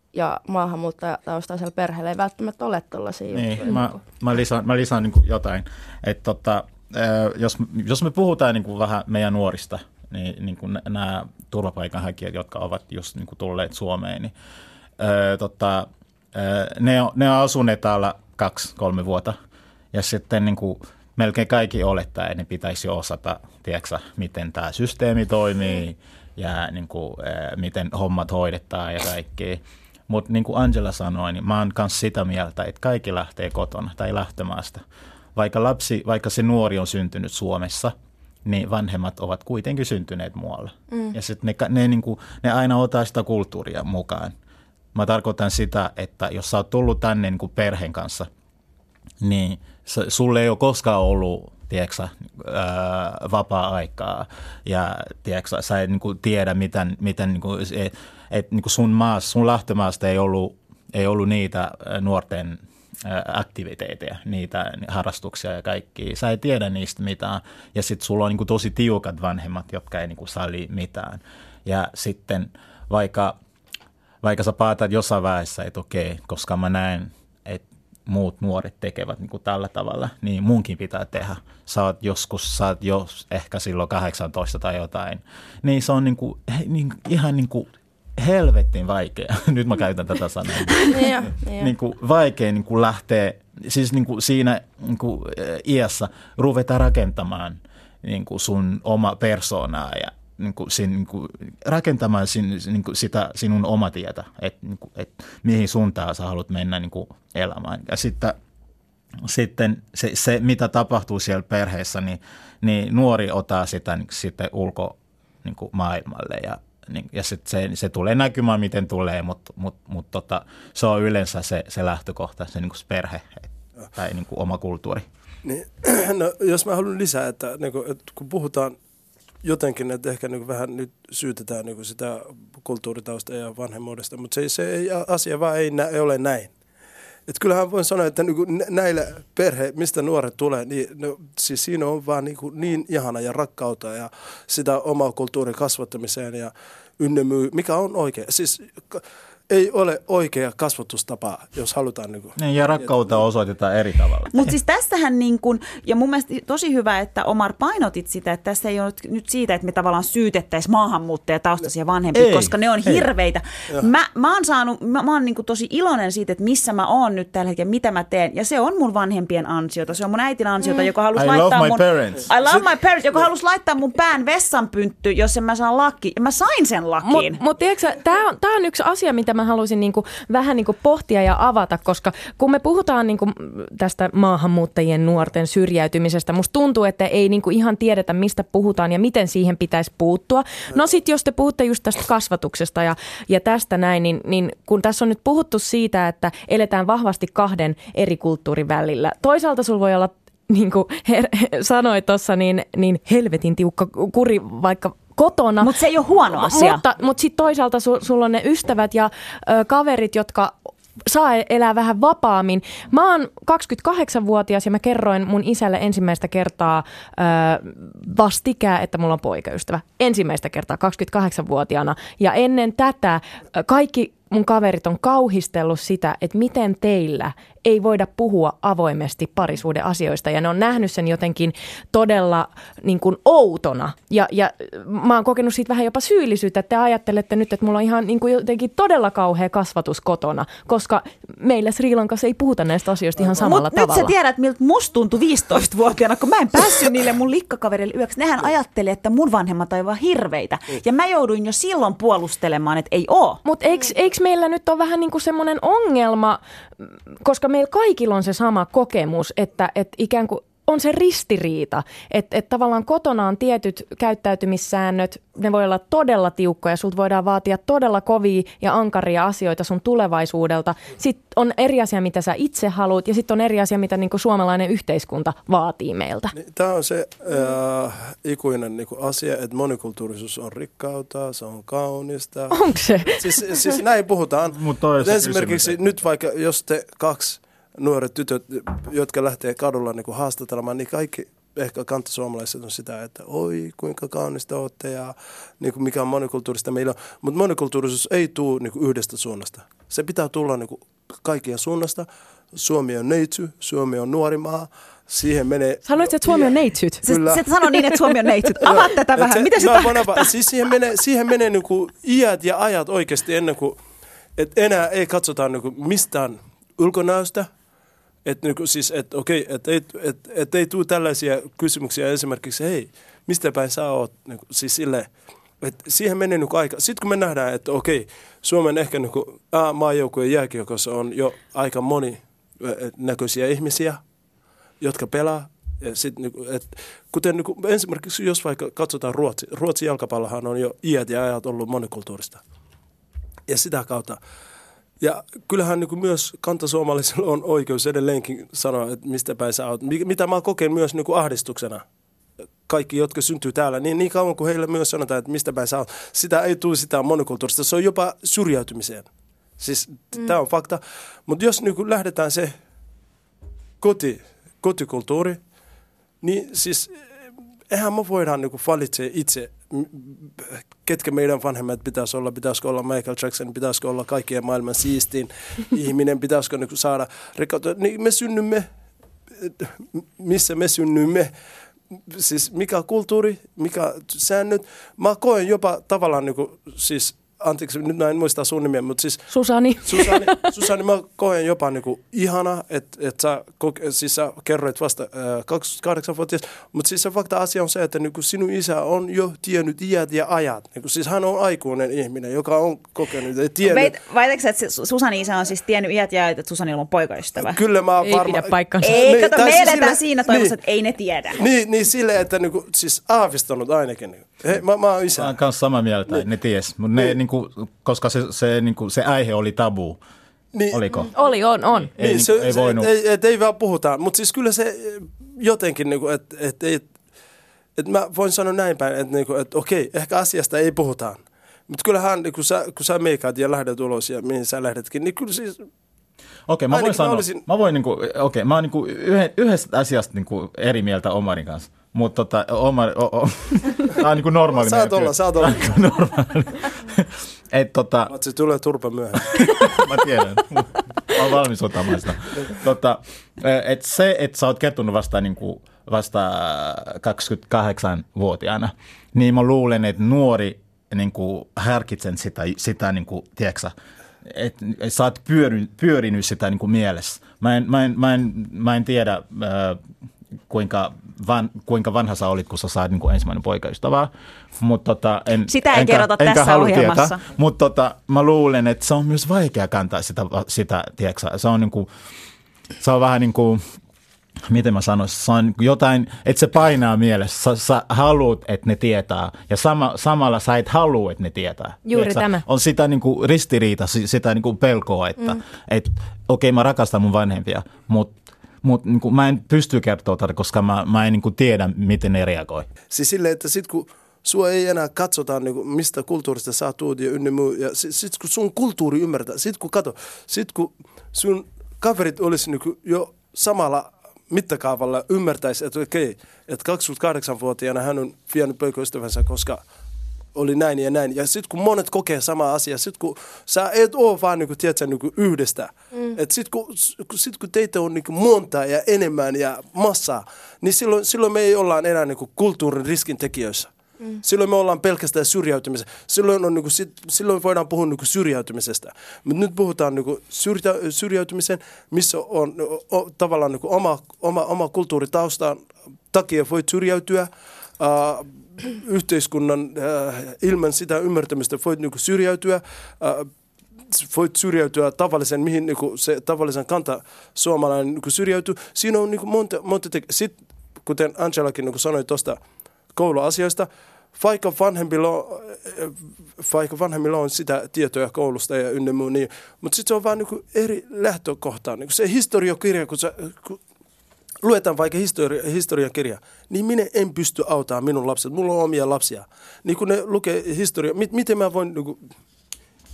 ja maahanmuuttajataustaisella perheellä ei välttämättä ole tollaisia niin, juttuja. mä, mä lisään, mä lisään niin kuin jotain, että tota, jos, jos me puhutaan niin kuin vähän meidän nuorista, niin, niin kuin nämä turvapaikanhakijat, jotka ovat just niin kuin tulleet Suomeen, niin ää, tota, ää, ne, on, ne on asuneet täällä kaksi, kolme vuotta, ja sitten niin kuin melkein kaikki olettaa, että ne pitäisi osata, tiedätkö, miten tämä systeemi toimii ja niin kuin, ää, miten hommat hoidetaan ja kaikki. Mutta niin kuin Angela sanoi, niin mä oon myös sitä mieltä, että kaikki lähtee kotona tai lähtömaasta. Vaikka lapsi, vaikka se nuori on syntynyt Suomessa, niin vanhemmat ovat kuitenkin syntyneet muualla. Mm. Ja sitten ne, ne, niin kuin, ne aina ottaa sitä kulttuuria mukaan. Mä tarkoitan sitä, että jos sä oot tullut tänne niin kuin perheen kanssa, niin sulle ei ole koskaan ollut, tiedätkö, ää, vapaa-aikaa ja tiedätkö, sä et niin kuin tiedä, miten, miten niin kuin, et, et, niin kuin sun, maassa, sun lähtömaasta ei ollut, ei ollut niitä nuorten aktiviteetteja, niitä harrastuksia ja kaikki. Sä ei tiedä niistä mitään ja sitten sulla on niin kuin tosi tiukat vanhemmat, jotka ei niin kuin salli mitään. Ja sitten vaikka, vaikka sä päätät jossain vaiheessa, että okei, koska mä näen, että muut nuoret tekevät niin kuin tällä tavalla, niin munkin pitää tehdä. Sä oot joskus, sä oot jos ehkä silloin kahdeksantoista tai jotain. Niin se on niin kuin, niin, ihan niin kuin helvetin vaikea. Nyt mä käytän tätä sanaa. niin kuin vaikea niin kuin lähteä, siis niin kuin siinä niin kuin iässä ruveta rakentamaan niin kuin sun oma persoonaa ja niin kuin, sin, niin kuin, rakentamaan sin, niin kuin sitä sinun oma tietä, että niin kuin, et mihin suuntaan sä haluat mennä niin kuin elämään. Ja sitten, sitten se, se, mitä tapahtuu siellä perheessä, niin, niin nuori ottaa sitä niin, sitten ulko niin kuin maailmalle ja, niin, ja sit se, se tulee näkymään, miten tulee, mutta mut, mut, tota, se on yleensä se, se lähtökohta, se, niin kuin se perhe tai niin kuin oma kulttuuri. Niin, no, jos mä haluan lisää, että, niin kuin, että kun puhutaan jotenkin, että ehkä niin vähän nyt syytetään niin sitä kulttuuritausta ja vanhemmuudesta, mutta se, se ei, asia vaan ei, nä, ei ole näin. Et kyllähän voin sanoa, että niin näillä perhe, mistä nuoret tulee, niin no, siis siinä on vaan niin, niin ihana ja rakkautta ja sitä omaa kulttuurin kasvattamiseen ja ynnämyy, mikä on oikein. Siis ei ole oikea kasvatustapa, jos halutaan. Niin kuin, niin, ja rakkautta et, osoitetaan eri tavalla. Mutta siis tässähän, niin kun, ja mun mielestä tosi hyvä, että Omar painotit sitä, että tässä ei ole nyt siitä, että me tavallaan syytettäisiin maahanmuuttajataustaisia vanhempia, ei, koska ne on ei. hirveitä. Mä, mä oon, saanut, mä, mä oon niin kuin tosi iloinen siitä, että missä mä oon nyt tällä hetkellä, mitä mä teen. Ja se on mun vanhempien ansiota, se on mun äitin ansiota, mm. joka halusi I laittaa love mun... my parents. I love my parents, joka halusi laittaa mun pään vessanpynttyyn, jos en mä saa lakki. Ja mä sain sen lakiin. Mutta mut, tiedätkö, tää on, tää on yksi asia, mitä mä haluaisin niinku vähän niinku pohtia ja avata, koska kun me puhutaan niinku tästä maahanmuuttajien nuorten syrjäytymisestä, musta tuntuu, että ei niinku ihan tiedetä, mistä puhutaan ja miten siihen pitäisi puuttua. No sit jos te puhutte just tästä kasvatuksesta ja, ja tästä näin, niin, niin kun tässä on nyt puhuttu siitä, että eletään vahvasti kahden eri kulttuurin välillä. Toisaalta sulla voi olla, niin kuin her- sanoi tuossa, niin, niin helvetin tiukka kuri vaikka kotona. Mutta se ei ole huono asia. Mutta, mutta sitten toisaalta su, sulla on ne ystävät ja ö, kaverit, jotka saa elää vähän vapaammin. Mä oon kaksikymmentäkahdeksanvuotias ja mä kerroin mun isälle ensimmäistä kertaa ö, vastikään, että mulla on poikaystävä. Ensimmäistä kertaa kaksikymmentäkahdeksanvuotiaana. Ja ennen tätä ö, kaikki mun kaverit on kauhistellut sitä, että miten teillä ei voida puhua avoimesti parisuuden asioista. Ja ne on nähnyt sen jotenkin todella niin kuin outona. Ja, ja mä oon kokenut siitä vähän jopa syyllisyyttä, että te ajattelette nyt, että mulla on ihan niin kuin jotenkin todella kauhea kasvatus kotona, koska meillä Sri Lankassa ei puhuta näistä asioista ihan samalla Mut tavalla. Nyt sä tiedät, miltä musta tuntui viisitoistavuotiaana, kun mä en päässyt niille mun likkakavereille yöksi. Nehän ajatteli, että mun vanhemmat on vaan hirveitä. Ja mä jouduin jo silloin puolustelemaan, että ei oo. Mutta eikö, eikö meillä nyt ole vähän niin kuin semmoinen ongelma, koska meillä kaikilla on se sama kokemus, että, että ikään kuin on se ristiriita, että, että tavallaan kotona on tietyt käyttäytymissäännöt, ne voi olla todella tiukkoja, sulta voidaan vaatia todella kovia ja ankaria asioita sun tulevaisuudelta. Sitten on eri asia, mitä sä itse haluat, ja sitten on eri asia, mitä niin kuin suomalainen yhteiskunta vaatii meiltä. Tämä on se äh, ikuinen niin kuin asia, että monikulttuurisuus on rikkautta, se on kaunista. Onko se? Siis, siis näin puhutaan. Esimerkiksi kysymys. Nyt vaikka, jos te kaksi nuoret tytöt, jotka lähtee kadulla niin kuin haastattelemaan, niin kaikki ehkä kantasuomalaiset on sitä, että oi kuinka kaunista olette ja niin kuin mikä on monikulttuurista meillä on. Mutta monikulttuurisuus ei tule niin kuin yhdestä suunnasta. Se pitää tulla niin kuin kaikkien suunnasta. Suomi on neitsy, Suomi on nuori maa. Siihen menee... Sanoit, että Suomi on neitsyt. Kyllä. Se sano niin, että Suomi on neitsyt. Avaa tätä vähän. Se, Mitä se no, tarkoittaa? Siis siihen menee, siihen menee niin kuin iät ja ajat oikeasti ennen kuin, että enää ei katsota niin kuin mistään ulkonäöstä. Että niin siis, et, okei, että ei, et, et ei tule tällaisia kysymyksiä esimerkiksi, hei, mistä päin sä oot? Niin kuin, siis silleen, että siihen menee niin kuin aika. Sitten kun me nähdään, että okei, Suomen ehkä niin kuin A-maajoukkueen jääkiekossa on jo aika moni näköisiä ihmisiä, jotka pelaa. Ja sit, et, kuten niin esimerkiksi jos vaikka katsotaan Ruotsi. Ruotsin jalkapallohan on jo iät ja ajat ollut monikulttuurista. Ja sitä kautta. Ja kyllähän niin myös kantasuomalaisilla on oikeus edelleenkin sanoa, että mistä päin sä oot. Mitä mä koken myös niin ahdistuksena. Kaikki, jotka syntyy täällä, niin niin kauan kuin heille myös sanotaan, että mistä päin sä oot. Sitä ei tule sitä monikulttuurista. Se on jopa syrjäytymiseen. Siis mm. tämä on fakta. Mutta jos niin lähdetään se koti, kotikulttuuri, niin siis eihän me voidaan niin valitse itse, ketkä meidän vanhemmat pitäisi olla. Pitäisikö olla Michael Jackson, pitäisikö olla kaikkien maailman siistin ihminen, pitäisikö niin saada rekautua. Niin me synnymme, missä me synnymme. Siis mikä kulttuuri, mikä säännöt. Mä koen jopa tavallaan niin kuin, siis anteeksi, nyt mä en muista sun nimeä, mutta siis... Susani. Susani, Susani mä koen jopa niinku ihana, että et sä, siis sä kerroit vasta äh, kaksikymmentäkahdeksanvuotias, mutta siis se fakta asia on se, että niinku sinun isä on jo tiennyt iät ja ajat. Niinku, siis hän on aikuinen ihminen, joka on kokenut ja tiennyt... Väitätkö että Susani isä on siis tiennyt iät ja ajat, että Susanilla on poikaystävä? Kyllä mä ei varma... pidä paikkansa. Ei, me, kato, me eletään sille, siinä toivossa, niin, että ei ne tiedä. Niin, niin silleen, että niinku, siis aavistanut ainakin. Hei, mä, mä oon isä. Mä oon kanssa samaa mieltä, niin. Ne ties, mutta ne niin. Niinku, koska se, se, niinku, se aihe oli tabu. Niin, Oliko? Oli, on, on. Ei, niin, niin, se, ei se, voinut. Ei, et, ei vaan puhuta, mutta siis kyllä se jotenkin, niinku, että et, et, et mä voin sanoa näin päin, että niinku, et, okei, ehkä asiasta ei puhutaan. Mutta kyllähän, kun sä, kun sä meikaat ja lähdet ulos ja mihin sä lähdetkin, niin kyllä siis... Okei, mä voin sanoa, mä, olisin... mä voin niinku, okei, mä oon niinku yhden, yhdestä asiasta niinku eri mieltä Omarin kanssa. Mutta tota, Omar, o, o, tää on niinku normaali. Saat olla, saat olla. Normaali. Et tota... Se tulee turpa myöhemmin. Mä tiedän. Mä oon valmis ottamaan sitä. Tota, et se, että sä oot kertonut vasta, niinku, vasta kaksikymmentäkahdeksanvuotiaana, niin mä luulen, että nuori niinku, härkitsen sitä, sitä niinku, tiedätkö että sä oot pyörinyt, pyörinyt sitä niinku, mielessä. Mä en, mä en, mä en, mä en tiedä, äh, kuinka, van, kuinka vanha sä olit, kun sä saat niinku, ensimmäinen poikaystävää. Mut, tota, en, sitä ei enkä, kerrota enkä tässä ohjelmassa. Mutta tota, mä luulen, että se on myös vaikea kantaa sitä, sitä tiedätkö, se on, niinku, se on vähän niin kuin, miten mä sanoisin, se on jotain, että se painaa mielessä. Sä, sä haluat, että ne tietää, ja sama, samalla sä et halua, että ne tietää. Juuri tiedätkö? tämä. On sitä niinku ristiriita, sitä niinku pelkoa, että mm. et, okei, okay, mä rakastan mun vanhempia, mutta mut, niinku, mä en pysty kertoa tätä, koska mä, mä en niinku tiedä, miten ne reagoi. Siis silleen, että sit kun sua ei enää katsota, niinku, mistä kulttuurista sä tuut ja ynnä muu, ja sit, sit kun sun kulttuuri ymmärtää, sit kun kato, sit kun sun kaverit olisi niinku jo samalla mittakaavalla ymmärtäisi, että okei, että kaksikymmentäkahdeksanvuotiaana hän on vienyt poikaystävänsä, koska oli näin ja näin. Ja sitten kun monet kokee sama asia, sitten kun sä et ole vaan niinku, tiedätkö, niinku yhdestä. Mm. Että sitten kun, sit, kun teitä on niinku monta ja enemmän ja massaa, niin silloin, silloin me ei olla enää niinku kulttuurin riskintekijöissä. Mm. Silloin me ollaan pelkästään syrjäytymisessä. Silloin, on, niinku, sit, silloin voidaan puhua niinku, syrjäytymisestä. Mutta nyt puhutaan niinku, syrjä, syrjäytymisen, missä on o, tavallaan niinku, oma, oma, oma kulttuuritaustan takia voit syrjäytyä. Uh, yhteiskunnan uh, ilman sitä ymmärtämistä voit niinku, syrjäytyä. Uh, voit syrjäytyä tavallisen, mihin niinku, se tavallisen kanta suomalainen niinku, syrjäytyy. Siinä on niinku, monta, monta te- Sitten, kuten Angelakin niinku, sanoi tuosta kouluasioista, vaikka vanhemmilla on, vaikka vanhemmilla on sitä tietoja koulusta ja ynnä muu, niin, mutta sitten se on vaan niin eri lähtökohtaa. Niin se historiakirja, kun, sä, kun luetaan vaikka historia, historiakirja, niin minä en pysty auttamaan minun lapset. Mulla on omia lapsia. Niin kun ne lukee historiaa, mit, miten mä voin niin kuin,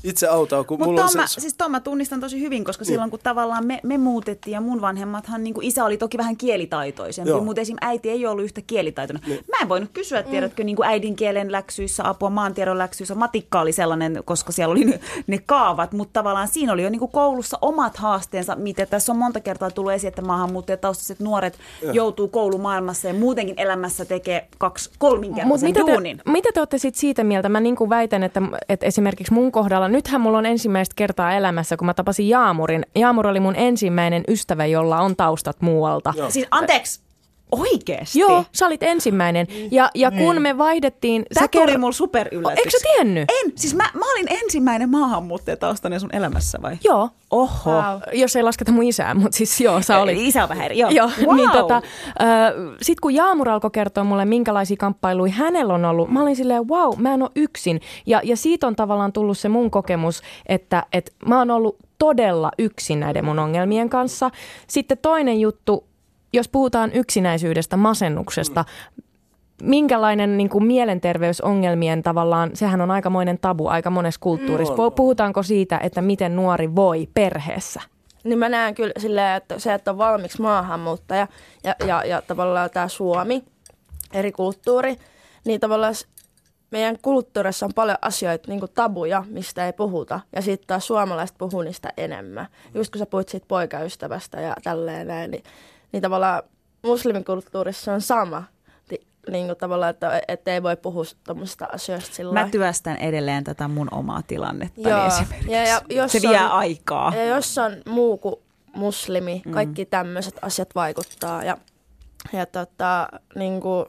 itse autoa, kun Mut mulla on ton mä, se... siis ton mä tunnistan tosi hyvin, koska niin. silloin kun tavallaan me, me muutettiin ja mun vanhemmathan, niin kuin isä oli toki vähän kielitaitoisempi, Joo. mutta esim. Äiti ei ollut yhtä kielitaitoinen. Niin. Mä en voinut kysyä, että tiedätkö, niin kuin äidinkielen läksyissä, apua maantiedon läksyissä, matikka oli sellainen, koska siellä oli ne, ne kaavat, mutta tavallaan siinä oli jo niin kuin koulussa omat haasteensa, mitä tässä on monta kertaa tullut esiin, että maahanmuuttajataustaiset nuoret ja. joutuu koulumaailmassa ja muutenkin elämässä tekee kaksi kolminkertaisen mitä duunin. Te, mitä te olette sit siitä mieltä? Mä niin kuin väitän, että, että esimerkiksi mun kohdalla, nythän mulla on ensimmäistä kertaa elämässä, kun mä tapasin Jaamurin. Jaamur oli mun ensimmäinen ystävä, jolla on taustat muualta. Joo. Siis anteeksi, oikeesti? Joo, sä olit ensimmäinen. Ja, ja kun niin. me vaihdettiin... Tämä tuli ker- mulla superyllätys. Eikö sä tiennyt? En. Siis mä, mä olin ensimmäinen maahanmuuttajataustainen sun elämässä vai? Joo. Oho. Wow. Jos ei lasketa mun isää, mutta siis joo, sä olit. Isä on vähän eri, joo. joo wow. niin tota, äh, sit kun Jaamur alkoi kertoa mulle, minkälaisia kamppailuja hänellä on ollut, mä olin silleen, wow, mä en ole yksin. Ja, ja siitä on tavallaan tullut se mun kokemus, että, että mä oon ollut todella yksin näiden mun ongelmien kanssa. Sitten toinen juttu, jos puhutaan yksinäisyydestä, masennuksesta, minkälainen niin kuin mielenterveysongelmien tavallaan, sehän on aikamoinen tabu aika monessa kulttuurissa. Puhutaanko siitä, että miten nuori voi perheessä? Niin mä näen kyllä silleen, että se, että on valmiiksi maahanmuuttaja ja, ja, ja tavallaan tämä Suomi, eri kulttuuri, niin tavallaan meidän kulttuurissa on paljon asioita, niin kuin tabuja, mistä ei puhuta. Ja sitten taas suomalaiset puhuu niistä enemmän. Just kun sä puhuit siitä poikaystävästä ja tälleen näin, niin niin tavallaan muslimikulttuurissa on sama, niin kuin tavallaan, että, että ei voi puhua tuommoisista asioista sillä Mä työstän edelleen tätä mun omaa tilannetta Joo. esimerkiksi. Ja, ja jos se vie on, aikaa. Ja jos on muu kuin muslimi, kaikki mm. tämmöiset asiat vaikuttaa. Ja, ja, tota, niin kuin,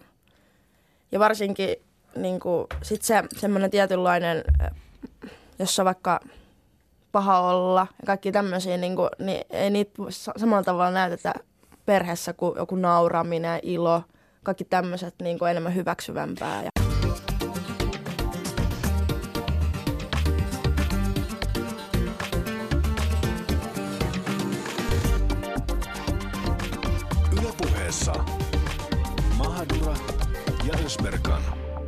ja varsinkin niin kuin, sit se semmoinen tietynlainen, jos on vaikka paha olla ja kaikki tämmöisiä, niin, kuin, niin ei niitä samalla tavalla näytetä perheessä kuin joku nauraminen, ilo, kaikki tämmöiset niin kuin enemmän hyväksyvämpää. Ja Yle Puheessa Mahadura ja Ösberkan.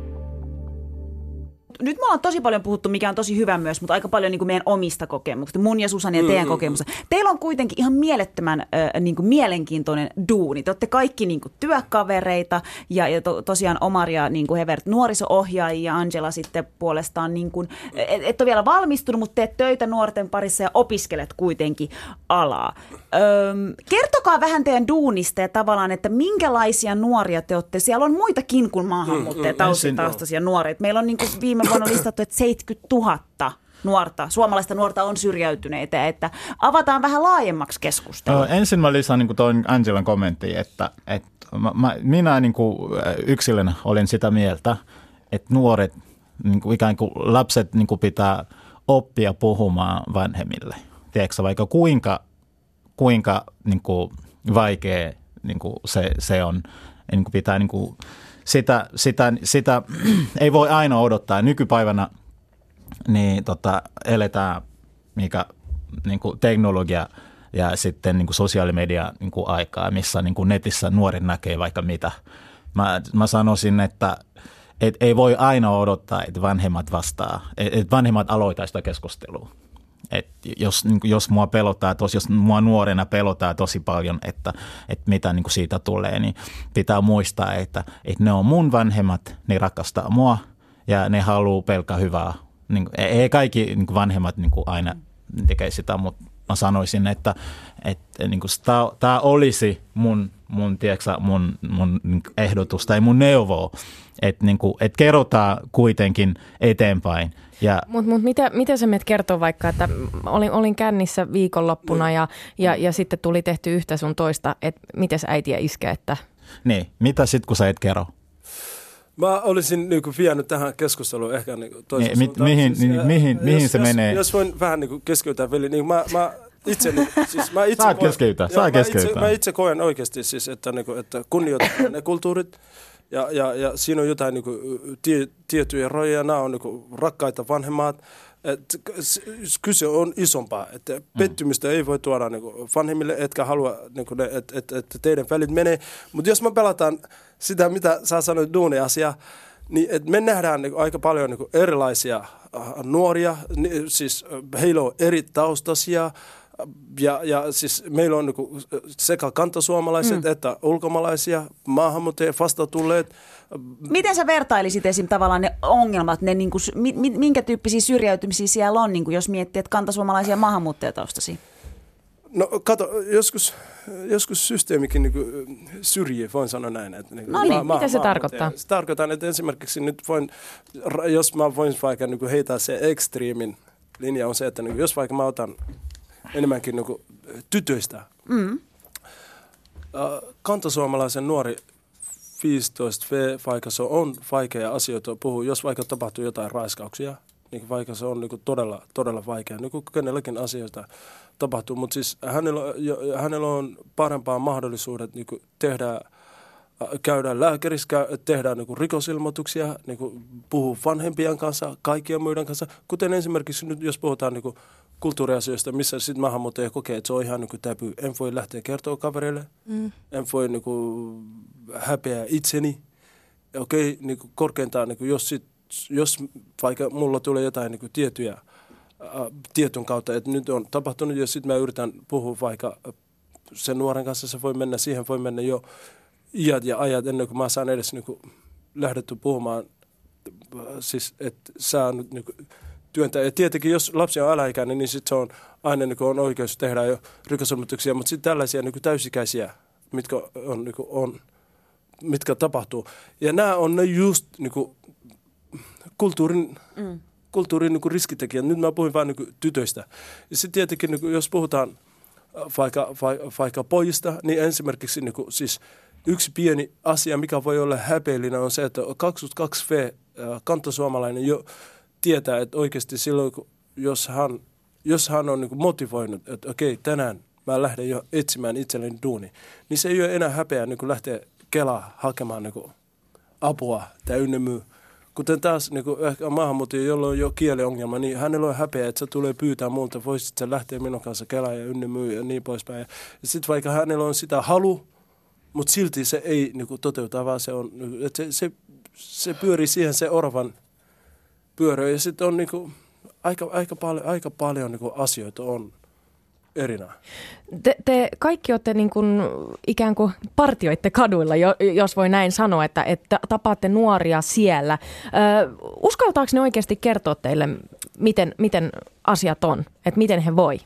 Nyt me ollaan tosi paljon puhuttu, mikä on tosi hyvä myös, mutta aika paljon niin kuin meidän omista kokemuksista, mun ja Susan ja teidän mm. kokemusta. Teillä on kuitenkin ihan mielettömän äh, niin kuin mielenkiintoinen duuni. Te olette kaikki niin kuin työkavereita ja, ja to, tosiaan Omaria niin kuin Hevert nuoriso-ohjaajia ja Angela sitten puolestaan, niin kuin, et, et ole vielä valmistunut, mutta teet töitä nuorten parissa ja opiskelet kuitenkin alaa. Öm, kertokaa vähän teidän duunista ja tavallaan, että minkälaisia nuoria te olette. Siellä on muitakin kuin maahanmuuttajataustaisia nuoria. Meillä on niin kuin viime vuonna listattu, että seitsemänkymmentätuhatta nuorta, suomalaista nuorta on syrjäytyneitä, että avataan vähän laajemmaksi keskustelua. Ensin mä lisään niin tuon Angelan kommenttiin, että, että mä, mä, minä niin kuin yksilönä olen sitä mieltä, että nuoret, niin kuin ikään kuin lapset niin kuin pitää oppia puhumaan vanhemmille. Tiedätkö vaikka kuinka, kuinka niin kuin vaikea niin kuin se, se on, niin kuin pitää niin kuin Sitä, sitä, sitä ei voi aina odottaa. Nykypäivänä niin, tota, eletään mikä, niin kuin teknologia ja sitten niin kuin sosiaalimedia niin kuin aikaa, missä niin kuin netissä nuoret näkee vaikka mitä. Mä, mä sanoisin, että et ei voi aina odottaa, että vanhemmat vastaa, että vanhemmat aloittaa sitä keskustelua. Et jos, niin kuin, jos mua pelottaa, tos, jos mua nuorena pelottaa tosi paljon, että, että mitä niin kuin siitä tulee, niin pitää muistaa, että, että ne on mun vanhemmat, ne rakastaa mua ja ne haluaa pelkää hyvää. Niin kuin, ei kaikki niin kuin vanhemmat niin kuin aina tekee sitä, mutta mä sanoisin, että, että niin kuin, tämä olisi mun, mun, tiedätkö, mun, mun ehdotus tai mun neuvo, että, niin kuin, että kerrotaan kuitenkin eteenpäin. Mutta mut mitä, mitä sä menet kertoa vaikka, että olin, olin kännissä viikonloppuna ja, ja, ja sitten tuli tehty yhtä sun toista, että mites äiti ja iskä, että... Niin, mitä sit kun sä et kerro? Mä olisin niinku vienyt tähän keskusteluun ehkä niinku toiseen niin, suuntaan. Mihin, siis, niin, mihin, jos, mihin se jos, menee? Jos voin vähän niinku keskeytää, veli, niin mä, mä itse... Siis mä itse saa koen, keskeytää, joo, saa mä keskeytää. Itse, mä itse koen oikeasti siis, että, niinku, että kunnioitetaan ne kulttuurit. Ja, ja, ja siinä on jotain niinku, tie, tiettyjä roja, nämä on niinku, rakkaita vanhemmat. Et, kyse on isompaa, että pettymistä mm. ei voi tuoda niinku, vanhemmille, etkä halua, niinku, että et, et teidän välit menee. Mutta jos me pelataan sitä, mitä sä sanoit duuni-asiaa, Niin, että me nähdään niin kuin, aika paljon niin kuin, erilaisia äh, nuoria, niin, siis heillä on eri taustaisia. Ja, ja siis meillä on niinku sekä kantasuomalaiset mm. että ulkomaalaisia, maahanmuuttajia, vastatulleet. Miten sä vertailisit esim. Tavallaan ne ongelmat, ne niinku, minkä tyyppisiä syrjäytymisiä siellä on, niinku, jos miettii, että kantasuomalaisia maahanmuuttajataustaisia? No kato, joskus, joskus systeemikin niinku syrjii, voin sanoa näin. Että niinku no niin, ma- ma- mitä se tarkoittaa? Se tarkoittaa, että esimerkiksi nyt voin, jos mä voin vaikka niinku heitää se ekstriimin linja on se, että niinku, jos vaikka mä otan enemmänkin niinku tytöistä. Mm. Kantasuomalaisen nuori viisitoista vuotias, vaikka se on vaikea asioita puhua, jos vaikka tapahtuu jotain raiskauksia, niin vaikka se on niinku todella, todella vaikea, niin kuin kenelläkin asioita tapahtuu, mutta siis hänellä, hänellä on parempaa mahdollisuudet niinku tehdä, käydä lääkärissä, tehdä niinku rikosilmoituksia, niinku puhua vanhempien kanssa, kaikkien muiden kanssa, kuten esimerkiksi nyt, jos puhutaan niinku kulttuuriasioista, missä sitten maahanmuuttaja kokee, että se on ihan niin kuin täpy. En voi lähteä kertoa kavereille, mm. en voi niin kuin häpeä itseni. Okei, niin kuin korkeintaan, niin kuin jos, sit, jos vaikka mulla tulee jotain niin kuin tiettyjä ä, tietyn kautta, että nyt on tapahtunut, ja sitten mä yritän puhua vaikka sen nuoren kanssa, se voi mennä, siihen voi mennä jo iät ja ajat ennen kuin mä saan edes niin kuin lähdetty puhumaan, siis että sä nyt niin kuin työntää. Ja tietenkin, jos lapsi on alaikäinen, niin sitten se on aina niin on oikeus tehdä jo rikosilmoituksia, mutta sitten tällaisia niin täysikäisiä, mitkä, on, niin on, mitkä tapahtuu. Ja nämä on ne just niin kuin, kulttuurin, mm. kulttuurin niin kuin riskitekijät. Nyt mä puhuin vain niin tytöistä. Ja sitten tietenkin, niin kuin, jos puhutaan vaikka, vaikka pojista, niin esimerkiksi niin kuin, siis yksi pieni asia, mikä voi olla häpeellinen, on se, että kaksikymmentäkaksi vuotias kantasuomalainen jo tietää, että oikeasti silloin, jos hän, jos hän on niin kuin motivoinut, että okei, tänään mä lähden jo etsimään itselleni duuni, niin se ei ole enää häpeä niin kuin lähteä Kelaa hakemaan niin kuin apua tai ynnä. Kuten taas niin kuin ehkä maahanmuuttaja, jolla on jo kieliongelma, niin hänellä on häpeä, että se tulee pyytää multa, voisit sä lähteä minun kanssa Kelaan ja ynnä ja niin poispäin. Ja sitten vaikka hänellä on sitä halu, mutta silti se ei niin kuin toteuta, vaan se, on, että se, se, se pyörii siihen se oravan pyörö. Ja sitten on niinku aika, aika paljon, aika paljon niinku asioita on erinä. Te, te kaikki olette niin kuin ikään kuin partioitte kaduilla, jos voi näin sanoa, että, että tapaatte nuoria siellä. Ö, uskaltaako ne oikeasti kertoa teille, miten, miten asiat on, että miten he voi?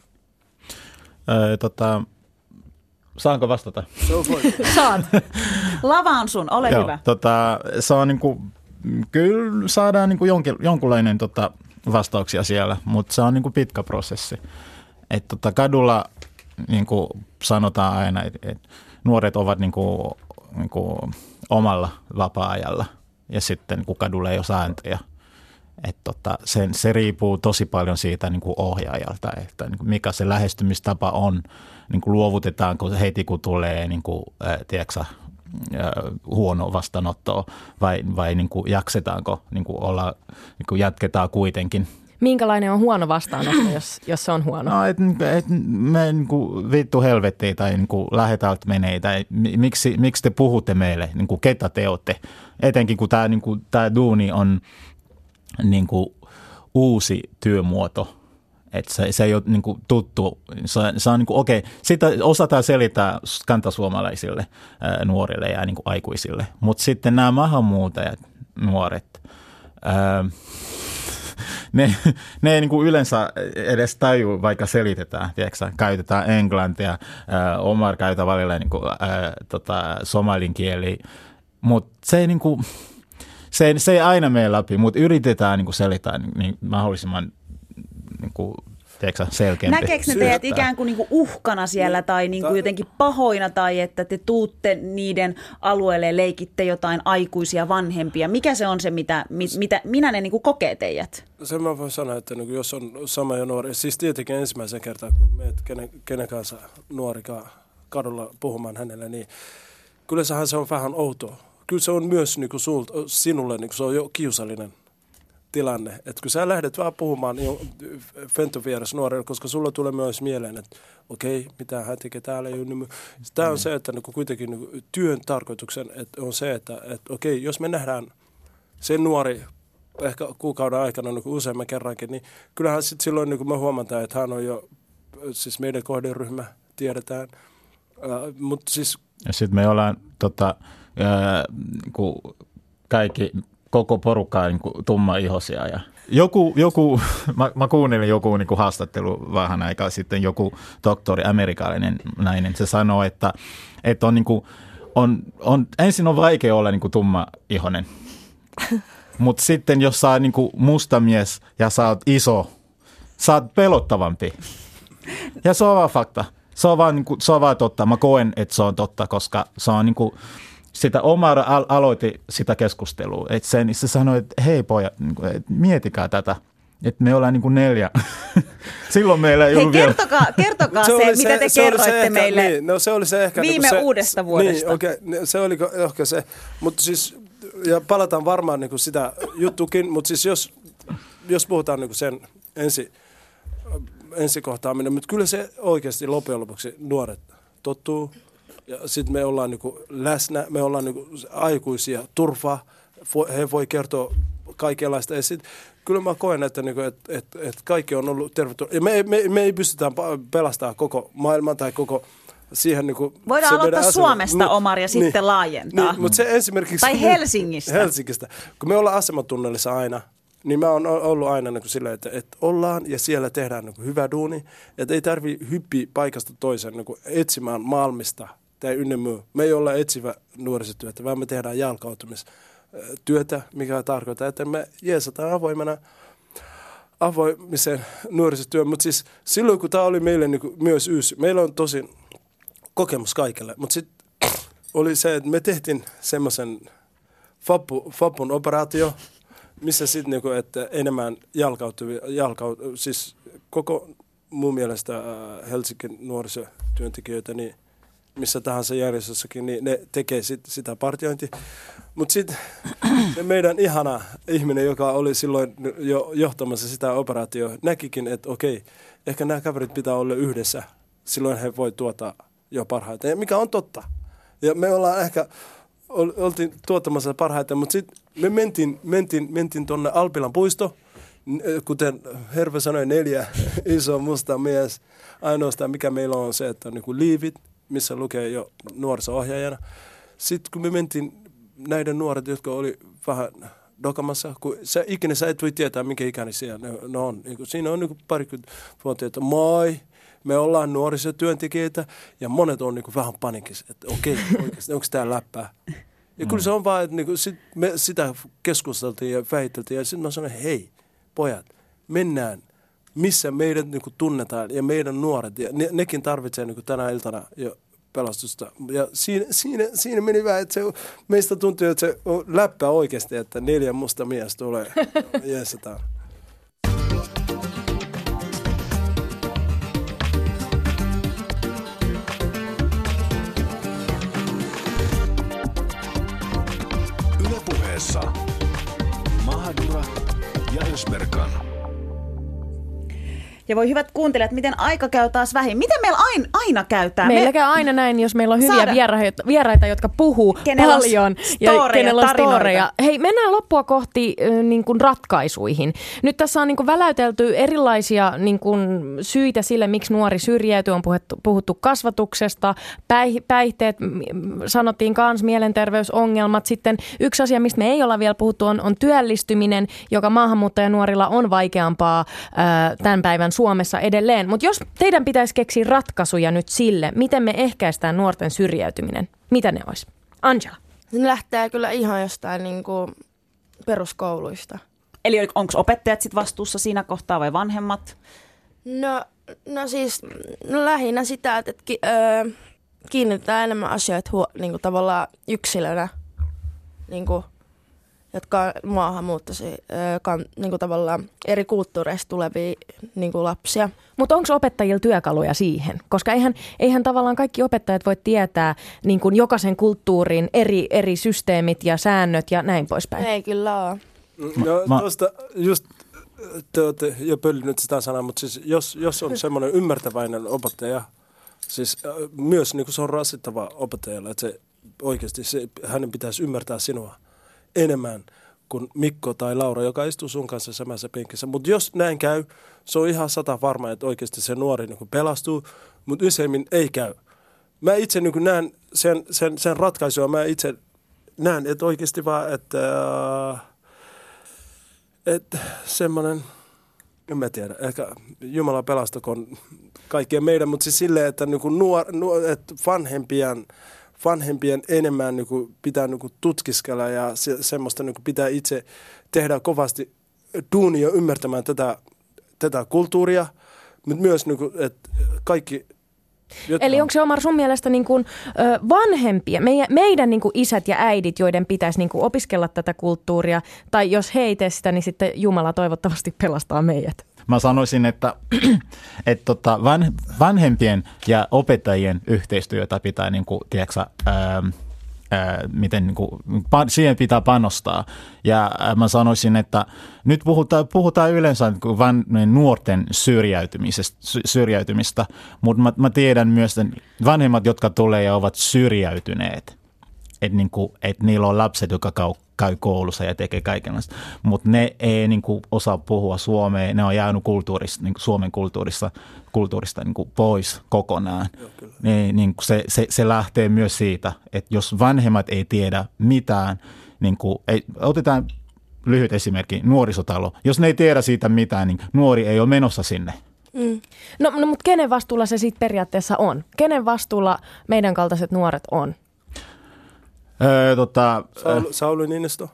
Öö, tota, saanko vastata? Saat. Lava on sun, ole Joo, hyvä. Tota, se on niinku, kyllä saadaan niinku jonkin, jonkunlainen tota, vastauksia siellä, mutta se on niinku pitkä prosessi. Et tota, kadulla niinku sanotaan aina, että et nuoret ovat niinku, niinku omalla vapaa-ajalla ja sitten niinku kadulla ei ole sääntöjä. Et tota, se, se riippuu tosi paljon siitä niinku ohjaajalta, että niinku mikä se lähestymistapa on. Niinku luovutetaanko heti kun tulee niinku, äh, tiedätkö, huono vastaanottoa vai, vai niin kuin jaksetaanko niin kuin olla, niin kuin jatketaan kuitenkin. Minkälainen on huono vastaanotto, jos, jos se on huono? No, et, et me niin kuin vittu helvettiin tai niin kuin lähetältä menee tai miksi, miksi te puhutte meille, niin kuin ketä te olette. Etenkin kun tämä niin kuin, tämä duuni on niin kuin uusi työmuoto. Että se, se ei ole niin kuin tuttu, se, se on niin kuin, okei, sitä osataan selittää kantasuomalaisille ää, nuorille ja niin kuin aikuisille, mutta sitten nämä maahanmuuttajat, nuoret, ää, ne, ne ei niin kuin yleensä edes taju, vaikka selitetään, tiedätkö, käytetään englantia, ää, Omar käytetään välillä niin kuin, ää, tota, somalin kieli, mutta se ei, niin kuin, se, se ei aina mene läpi, mutta yritetään niin kuin selittää niin mahdollisimman niin kuin, tiedätkö, selkeämpi. Näkeekö ne teidät ikään kuin, niin kuin uhkana siellä tai niin kuin jotenkin pahoina tai että te tuutte niiden alueelle ja leikitte jotain aikuisia vanhempia? Mikä se on se, mitä, mitä minä ne niin kuin kokee teidät? Sen mä voin sanoa, että niin jos on sama ja nuori, siis tietenkin ensimmäisen kertaa, kun meet kenen, kenen kanssa nuorikaan kadulla puhumaan hänelle, niin kyllä se on vähän outoa. Kyllä se on myös niin kuin sulta, sinulle, niin kuin se on jo kiusallinen tilanne. Että kun sä lähdet vaan puhumaan niin Fenton vieressä nuorille, koska sulla tulee myös mieleen, että okei, mitä hän tekee täällä. Tämä on se, että niin kuitenkin niin työn tarkoituksen että on se, että, että okei, jos me nähdään se nuori, ehkä kuukauden aikana niin useamman kerrankin, niin kyllähän sitten silloin niin me huomataan, että hän on jo, siis meidän kohderyhmä tiedetään, uh, mutta siis... Ja sitten me ollaan tota, ää, kun kaikki, koko porukka on niin tummaihoisia ja joku, joku mä, mä kuunnelin joku niin haastattelu vähän aikaa sitten, joku doktori, amerikkalainen nainen, se sanoi, että, että on, niin kuin, on, on, ensin on vaikea olla niin tummaihoinen, mutta sitten jos sä oot niin musta mies ja sä oot iso, sä oot pelottavampi. Ja se on vaan fakta. Se on vaan, niin kuin, se on vaan totta. Mä koen, että se on totta, koska se on niin kuin, sitä Omar al- aloitti sitä keskustelua. Että se, se sanoi, että hei pojat, niin kuin, että mietikää tätä. Että me ollaan niin kuin neljä. Silloin meillä ei Hei, ollut kertokaa, vielä... kertokaa se, se, mitä te kerroitte ehkä, meille niin, no se oli se ehkä, viime niin se, uudesta vuodesta. Niin, okei, okay, se oli ehkä se. Mutta siis, ja palataan varmaan niin kuin sitä juttukin, mutta siis jos, jos puhutaan niin kuin sen ensi... ensikohtaaminen, mutta kyllä se oikeasti loppujen lopuksi nuoret tottuu ja sitten me ollaan niinku läsnä, me ollaan niinku aikuisia, turvaa, he voi kertoa kaikenlaista ja sitten kyllä mä koen, että niinku, et, et, et kaikki on ollut tervetuloa. Ja me, me, me ei pystytä pelastamaan koko maailman tai koko siihen niinku... Voidaan aloittaa asema. Suomesta, niin, Omar, ja sitten niin, laajentaa. Niin, mutta se esimerkiksi... Tai Helsingistä. Helsingistä. Kun me ollaan asematunnelissa aina, niin mä oon ollut aina niin sillä, että, että ollaan ja siellä tehdään niin hyvä duuni. Että ei tarvitse hyppiä paikasta toiseen niin etsimään Malmista tai ynnä muu. Me ei olla etsivä nuorisotyötä, vaan me tehdään jalkautumistyötä, mikä tarkoittaa, että me jeesataan avoimena avoimisen nuorisotyön. Mutta siis silloin, kun tämä oli meille niin myös yys, meillä on tosi kokemus kaikille. Mutta sitten oli se, että me tehtiin semmoisen Fappu, Fappun operaatio, missä sitten niinku, että enemmän jalkautuvia, jalkaut, siis koko mun mielestä äh, Helsingin nuorisotyöntekijöitä, niin missä tahansa järjestössäkin, niin ne tekee sit, sitä partiointia. Mutta sitten meidän ihana ihminen, joka oli silloin jo johtamassa sitä operaatioa, näkikin, että okei, ehkä nämä kaverit pitää olla yhdessä, silloin he voi tuota jo parhaiten, ja mikä on totta. Ja me ollaan ehkä... oltiin tuottamassa parhaiten, mutta sitten me mentiin, mentiin, mentiin tuonne Alpilan puisto, kuten Herve sanoi, neljä iso musta mies. Ainoastaan mikä meillä on se, että on niin kuin liivit, missä lukee jo nuoriso-ohjaajana. Sitten kun me mentiin näiden nuoret, jotka oli vähän dokamassa, kun sä, ikinä sä et voi tietää, minkä ikäni siellä ne, ne on. Niin kuin, siinä on niin parikymmentä vuotta, että moi. Me ollaan nuorisotyöntekijöitä ja monet on niinku vähän panikissa, että okei, oikeasti, onko tämä läppää? Ja kyllä se on vaan, että niinku sit me sitä keskusteltiin ja väiteltiin ja sitten mä sanoin, hei pojat, mennään, missä meidät niinku tunnetaan ja meidän nuoret ja ne, nekin tarvitsee niinku tänä iltana jo pelastusta. Ja siinä, siinä, siinä meni vähän, että se, meistä tuntuu, että se on läppää oikeasti, että neljä musta mies tulee jeesataan. Mahadura ja Ösberkan. Ja voi hyvät kuuntelijat, miten aika käy taas vähin. Miten meillä aina, aina käytää? Meillä Me... käy aina näin, jos meillä on hyviä Saada... vieraita, vieraita, jotka puhuu kenellä paljon. Ja kenellä on tarinoita. storeja. Hei, mennään loppua kohti äh, niin kuin ratkaisuihin. Nyt tässä on niin kuin väläytelty erilaisia niin kuin syitä sille, miksi nuori syrjäytyy. On puhuttu, puhuttu kasvatuksesta, päih- päihteet, m- sanottiin kans, mielenterveysongelmat. Sitten yksi asia, mistä me ei olla vielä puhuttu, on, on työllistyminen, joka maahanmuuttajanuorilla on vaikeampaa äh, tämän päivän Suomessa edelleen. Mutta jos teidän pitäisi keksiä ratkaisuja nyt sille, miten me ehkäistään nuorten syrjäytyminen, mitä ne olisi? Angela. Ne lähtee kyllä ihan jostain niin kuin peruskouluista. Eli onko opettajat sit vastuussa siinä kohtaa vai vanhemmat? No, no siis no lähinnä sitä, että ki, öö, kiinnitetään enemmän asioita huo, niin kuin tavallaan yksilönä, niin kuin, jotka on maahanmuuttoisia, öö, niin kuin tavallaan eri kulttuureista tulevia niin kuin lapsia. Mutta onko opettajilla työkaluja siihen? Koska eihän, eihän tavallaan kaikki opettajat voi tietää niin kuin jokaisen kulttuurin eri, eri systeemit ja säännöt ja näin poispäin. Ei kyllä ole. No Mä... tuosta just, te olette jo pöllinyt sitä sanaa, mutta siis jos, jos on semmoinen ymmärtäväinen opettaja, siis myös niin kuin se on rasittava opettajalle, että se oikeasti se, hänen pitäisi ymmärtää sinua enemmän kuin Mikko tai Laura, joka istuu sun kanssa samassa penkissä. Mutta jos näin käy, se on ihan sata varma, että oikeasti se nuori niin kuin pelastuu, mutta useimmin ei käy. Mä itse niin kuin näen sen, sen, sen ratkaisua, mä itse näen, että oikeasti vaan, että, äh, että semmoinen, en mä tiedä, ehkä Jumala pelastakoon kaikkien meidän, mutta siis silleen, että, niin kuin nuor, nuor, että vanhempien, vanhempien enemmän niin kuin pitää niin kuin tutkiskella ja se, semmoista niin kuin pitää itse tehdä kovasti duunia ymmärtämään tätä, tätä kulttuuria, mutta myös niin kuin, että kaikki. Jotka... Eli onko se, Omar, sun mielestä niin kuin, ö, vanhempia, meidän, meidän niin kuin isät ja äidit, joiden pitäisi niin kuin opiskella tätä kulttuuria, tai jos he ei tee sitä, niin sitten Jumala toivottavasti pelastaa meidät? Mä sanoisin, että, että tota, van, vanhempien ja opettajien yhteistyötä pitää, niin kuin, tiedätkö, ää, ää, miten, niin kuin, pa, siihen pitää panostaa. Ja ää, mä sanoisin, että nyt puhutaan, puhutaan yleensä van, nuorten syrjäytymisestä, syrjäytymistä, mutta mä, mä tiedän myös, että vanhemmat, jotka tulee ja ovat syrjäytyneet, että niin kuin, et niillä on lapset, jotka käy, käy koulussa ja tekee kaikenlaista, mutta ne ei niin kuin, osaa puhua suomea, ne on jäänyt kulttuurista, niin kuin Suomen kulttuurista, kulttuurista niin kuin, pois kokonaan. Joo, niin, niin kuin se, se, se lähtee myös siitä, että jos vanhemmat ei tiedä mitään, niin kuin, ei, otetaan lyhyt esimerkki, nuorisotalo, jos ne ei tiedä siitä mitään, niin nuori ei ole menossa sinne. Mm. No, no mutta kenen vastuulla se sitten periaatteessa on? Kenen vastuulla meidän kaltaiset nuoret on? Öö, tota, Saul, Sauli Niinistö?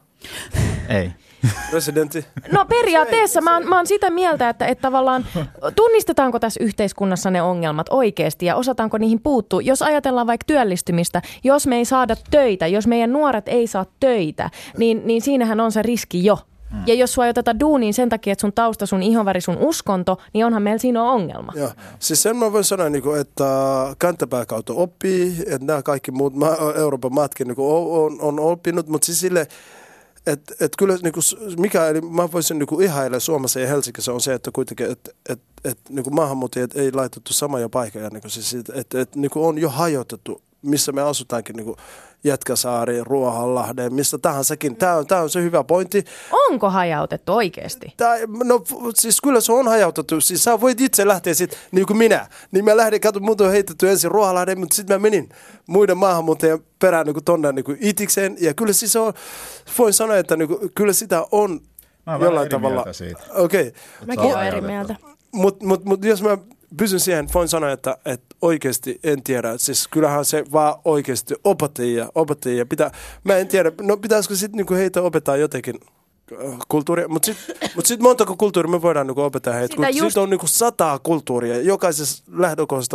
Ei. Presidentti? No periaatteessa mä oon, mä oon sitä mieltä, että, että tavallaan tunnistetaanko tässä yhteiskunnassa ne ongelmat oikeasti ja osataanko niihin puuttua. Jos ajatellaan vaikka työllistymistä, jos me ei saada töitä, jos meidän nuoret ei saa töitä, niin, niin siinähän on se riski jo. Ja jos sua ei oteta duuniin sen takia, että sun tausta, sun ihonväri, sun uskonto, niin onhan meillä siinä on ongelma. Joo. Siis sen mä voin sanoa, että kantapää kautta oppii, että nämä kaikki muut Euroopan maatkin on, on oppinut, mutta siis sille, että et kyllä mikä, eli mä voisin ihailla Suomessa ja Helsingissä on se, että kuitenkin, että et, et, maahanmuuttajat ei laitettu samoja paikkoja, siis, että et, et, on jo hajotettu, missä me asutaankin niin kuin Jätkäsaari, Ruohanlahden, missä tahansakin. Tämä on, tämä on se hyvä pointti. Onko hajautettu oikeasti? Tämä, no siis kyllä se on hajautettu. Siis sä voit itse lähteä sitten, niin kuin minä. Niin mä lähdin, katsoin, mut on heitetty ensin Ruohanlahden, mutta sitten mä menin muiden maahanmuuttajien perään niin kuin tonne niin kuin itikseen. Ja kyllä siis on, voin sanoa, että niin kuin, kyllä sitä on mä jollain tavalla. Okei. Okay. Mäkin olen eri mieltä. Mutta mut, mut, jos mä pysyn siihen, voin sanoa, että, että oikeasti en tiedä. Siis kyllähän se vaan oikeasti opettajia, opettajia pitää. Mä en tiedä, no pitäisikö sitten niinku heitä opettaa jotenkin kulttuuria, mutta sitten mut sit montako kulttuuria me voidaan niinku opettaa heitä. Sitten just... on niinku sataa kulttuuria, jokaisessa lähdökohdasta.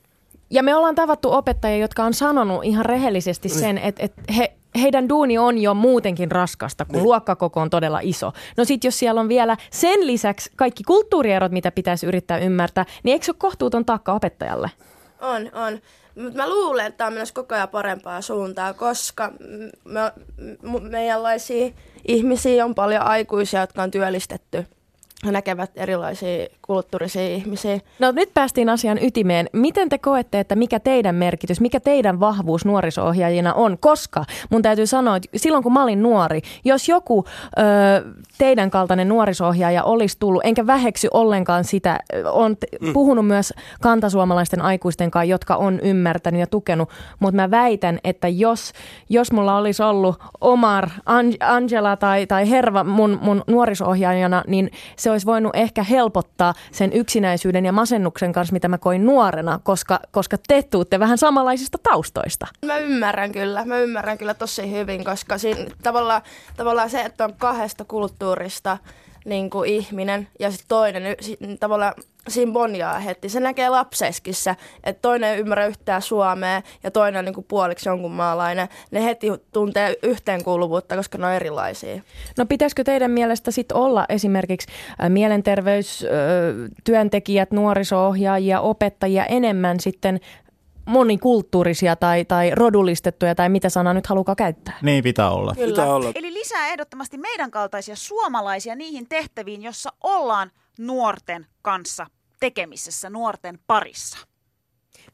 Ja me ollaan tavattu opettajia, jotka on sanonut ihan rehellisesti sen, että, että he... heidän duuni on jo muutenkin raskasta, kun niin. Luokkakoko on todella iso. No sit jos siellä on vielä sen lisäksi kaikki kulttuurierot, mitä pitäisi yrittää ymmärtää, niin eikö se ole kohtuuton taakka opettajalle? On, on. Mutta mä luulen, että tämä on menossa koko ajan parempaa suuntaa, koska me, meidänlaisia ihmisiä on paljon aikuisia, jotka on työllistetty. He näkevät erilaisia kulttuurisia ihmisiä. No nyt päästiin asian ytimeen. Miten te koette, että mikä teidän merkitys, mikä teidän vahvuus nuoriso-ohjaajina on? Koska mun täytyy sanoa, että silloin kun mä olin nuori, jos joku ö, teidän kaltainen nuoriso-ohjaaja olisi tullut, enkä väheksy ollenkaan sitä, on t- puhunut myös kantasuomalaisten aikuisten kanssa, jotka on ymmärtänyt ja tukenut, mutta mä väitän, että jos, jos mulla olisi ollut Omar, Angela tai, tai Herva mun, mun nuoriso-ohjaajana, niin se olisi voinut ehkä helpottaa sen yksinäisyyden ja masennuksen kanssa, mitä mä koin nuorena, koska, koska te tuutte vähän samanlaisista taustoista. Mä ymmärrän kyllä, mä ymmärrän kyllä tosi hyvin, koska siinä, tavallaan, tavallaan se, että on kahdesta kulttuurista niin kuin ihminen ja sitten toinen tavallaan siinä bonjaa heti. Se näkee lapseiskissä, että toinen ei ymmärrä yhtään suomea ja toinen on niin kuin puoliksi jonkun maalainen. Ne heti tuntee yhteenkuuluvuutta, koska ne on erilaisia. No pitäisikö teidän mielestä sitten olla esimerkiksi mielenterveystyöntekijät, nuoriso-ohjaajia, opettajia enemmän sitten monikulttuurisia tai, tai rodullistettuja tai mitä sanaa nyt halukaa käyttää? Niin pitää olla. Kyllä. Pitää olla. Eli lisää ehdottomasti meidän kaltaisia suomalaisia niihin tehtäviin, jossa ollaan nuorten kanssa tekemisessä, nuorten parissa.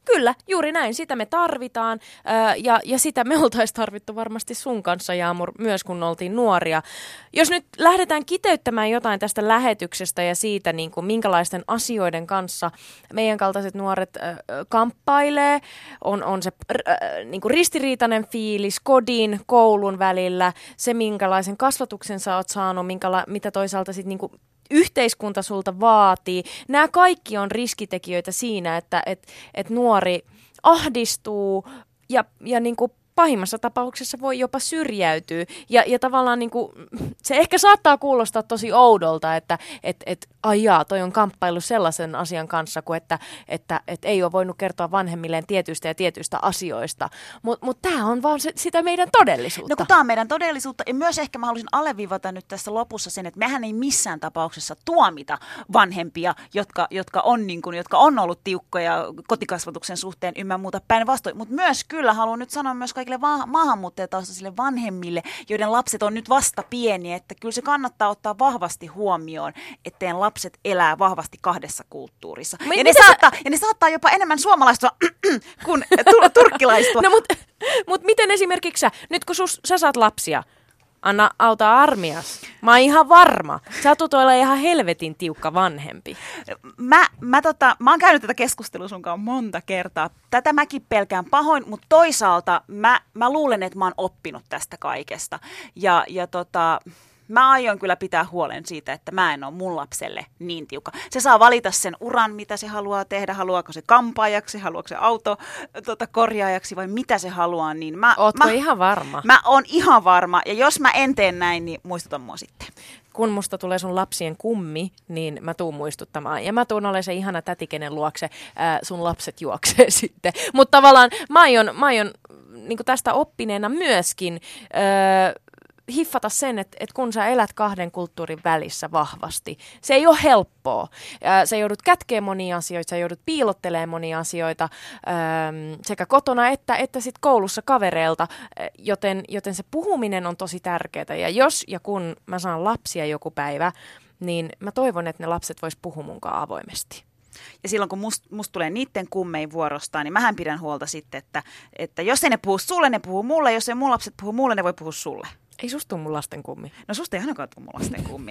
Kyllä, juuri näin. Sitä me tarvitaan ää, ja, ja sitä me oltaisiin tarvittu varmasti sun kanssa, Jaamur, myös kun oltiin nuoria. Jos nyt lähdetään kiteyttämään jotain tästä lähetyksestä ja siitä, niin kuin, minkälaisten asioiden kanssa meidän kaltaiset nuoret ää, kamppailee, on, on se ää, niin kuin ristiriitainen fiilis kodin, koulun välillä, se minkälaisen kasvatuksen sä oot saanut, minkäla- mitä toisaalta sitten niin kuin yhteiskunta sulta vaatii. Nämä kaikki on riskitekijöitä siinä, että et, et nuori ahdistuu ja, ja niin kuin pahimmassa tapauksessa voi jopa syrjäytyä. Ja, ja tavallaan niin kuin, se ehkä saattaa kuulostaa tosi oudolta, että et, et, ai jaa, toi on kamppailu sellaisen asian kanssa, kuin että, että et ei ole voinut kertoa vanhemmilleen tietyistä ja tietyistä asioista. Mutta mut tämä on vaan se, sitä meidän todellisuutta. No kun tämä on meidän todellisuutta, ja myös ehkä mä haluaisin alleviivata nyt tässä lopussa sen, että mehän ei missään tapauksessa tuomita vanhempia, jotka, jotka, on, niin kuin, jotka on ollut tiukkoja kotikasvatuksen suhteen ymmä muuta päinvastoin. Mutta myös kyllä haluan nyt sanoa myös kaikille va- maahanmuuttajataustaisille vanhemmille, joiden lapset on nyt vasta pieniä, että kyllä se kannattaa ottaa vahvasti huomioon, että teidän lapset elää vahvasti kahdessa kulttuurissa. Ma, ja, ne saattaa, ja ne saattaa jopa enemmän suomalaistua kuin tu- turkkilaistua. No mutta mut miten esimerkiksi sä, nyt kun sus, sä saat lapsia, Anna auta armias. Mä oon ihan varma. Sä tulet olla ihan helvetin tiukka vanhempi. Mä, mä, tota, mä oon käynyt tätä keskustelua sunkaan monta kertaa. Tätä mäkin pelkään pahoin, mutta toisaalta mä, mä luulen, että mä oon oppinut tästä kaikesta. Ja, ja tota... Mä aion kyllä pitää huolen siitä, että mä en ole mun lapselle niin tiukka. Se saa valita sen uran, mitä se haluaa tehdä. Haluaako se kampaajaksi, haluaako se auto tota, korjaajaksi vai mitä se haluaa. Niin mä, Ootko mä, ihan varma? Mä oon ihan varma. Ja jos mä en tee näin, niin muistuta mua sitten. Kun musta tulee sun lapsien kummi, niin mä tuun muistuttamaan. Ja mä tuun olemaan se ihana täti, kenen luokse ää, sun lapset juoksee sitten. Mutta tavallaan mä aion, mä aion niin tästä oppineena myöskin... Ää, hiffata sen, että, että kun sä elät kahden kulttuurin välissä vahvasti, se ei ole helppoa. Sä joudut kätkemään monia asioita, sä joudut piilottelemaan monia asioita ähm, sekä kotona että, että sit koulussa kavereilta, joten, joten se puhuminen on tosi tärkeää. Ja jos ja kun mä saan lapsia joku päivä, niin mä toivon, että ne lapset vois puhua munkaan avoimesti. Ja silloin kun musta must tulee niiden kummein vuorostaan, niin mähän pidän huolta sitten, että, että jos ei ne puhu sulle, ne puhuu mulle. Jos ei mun lapset puhu mulle, ne voi puhua sulle. Ei susta mun lasten kummi. No susta ei ainakaan tule mun lasten kummi.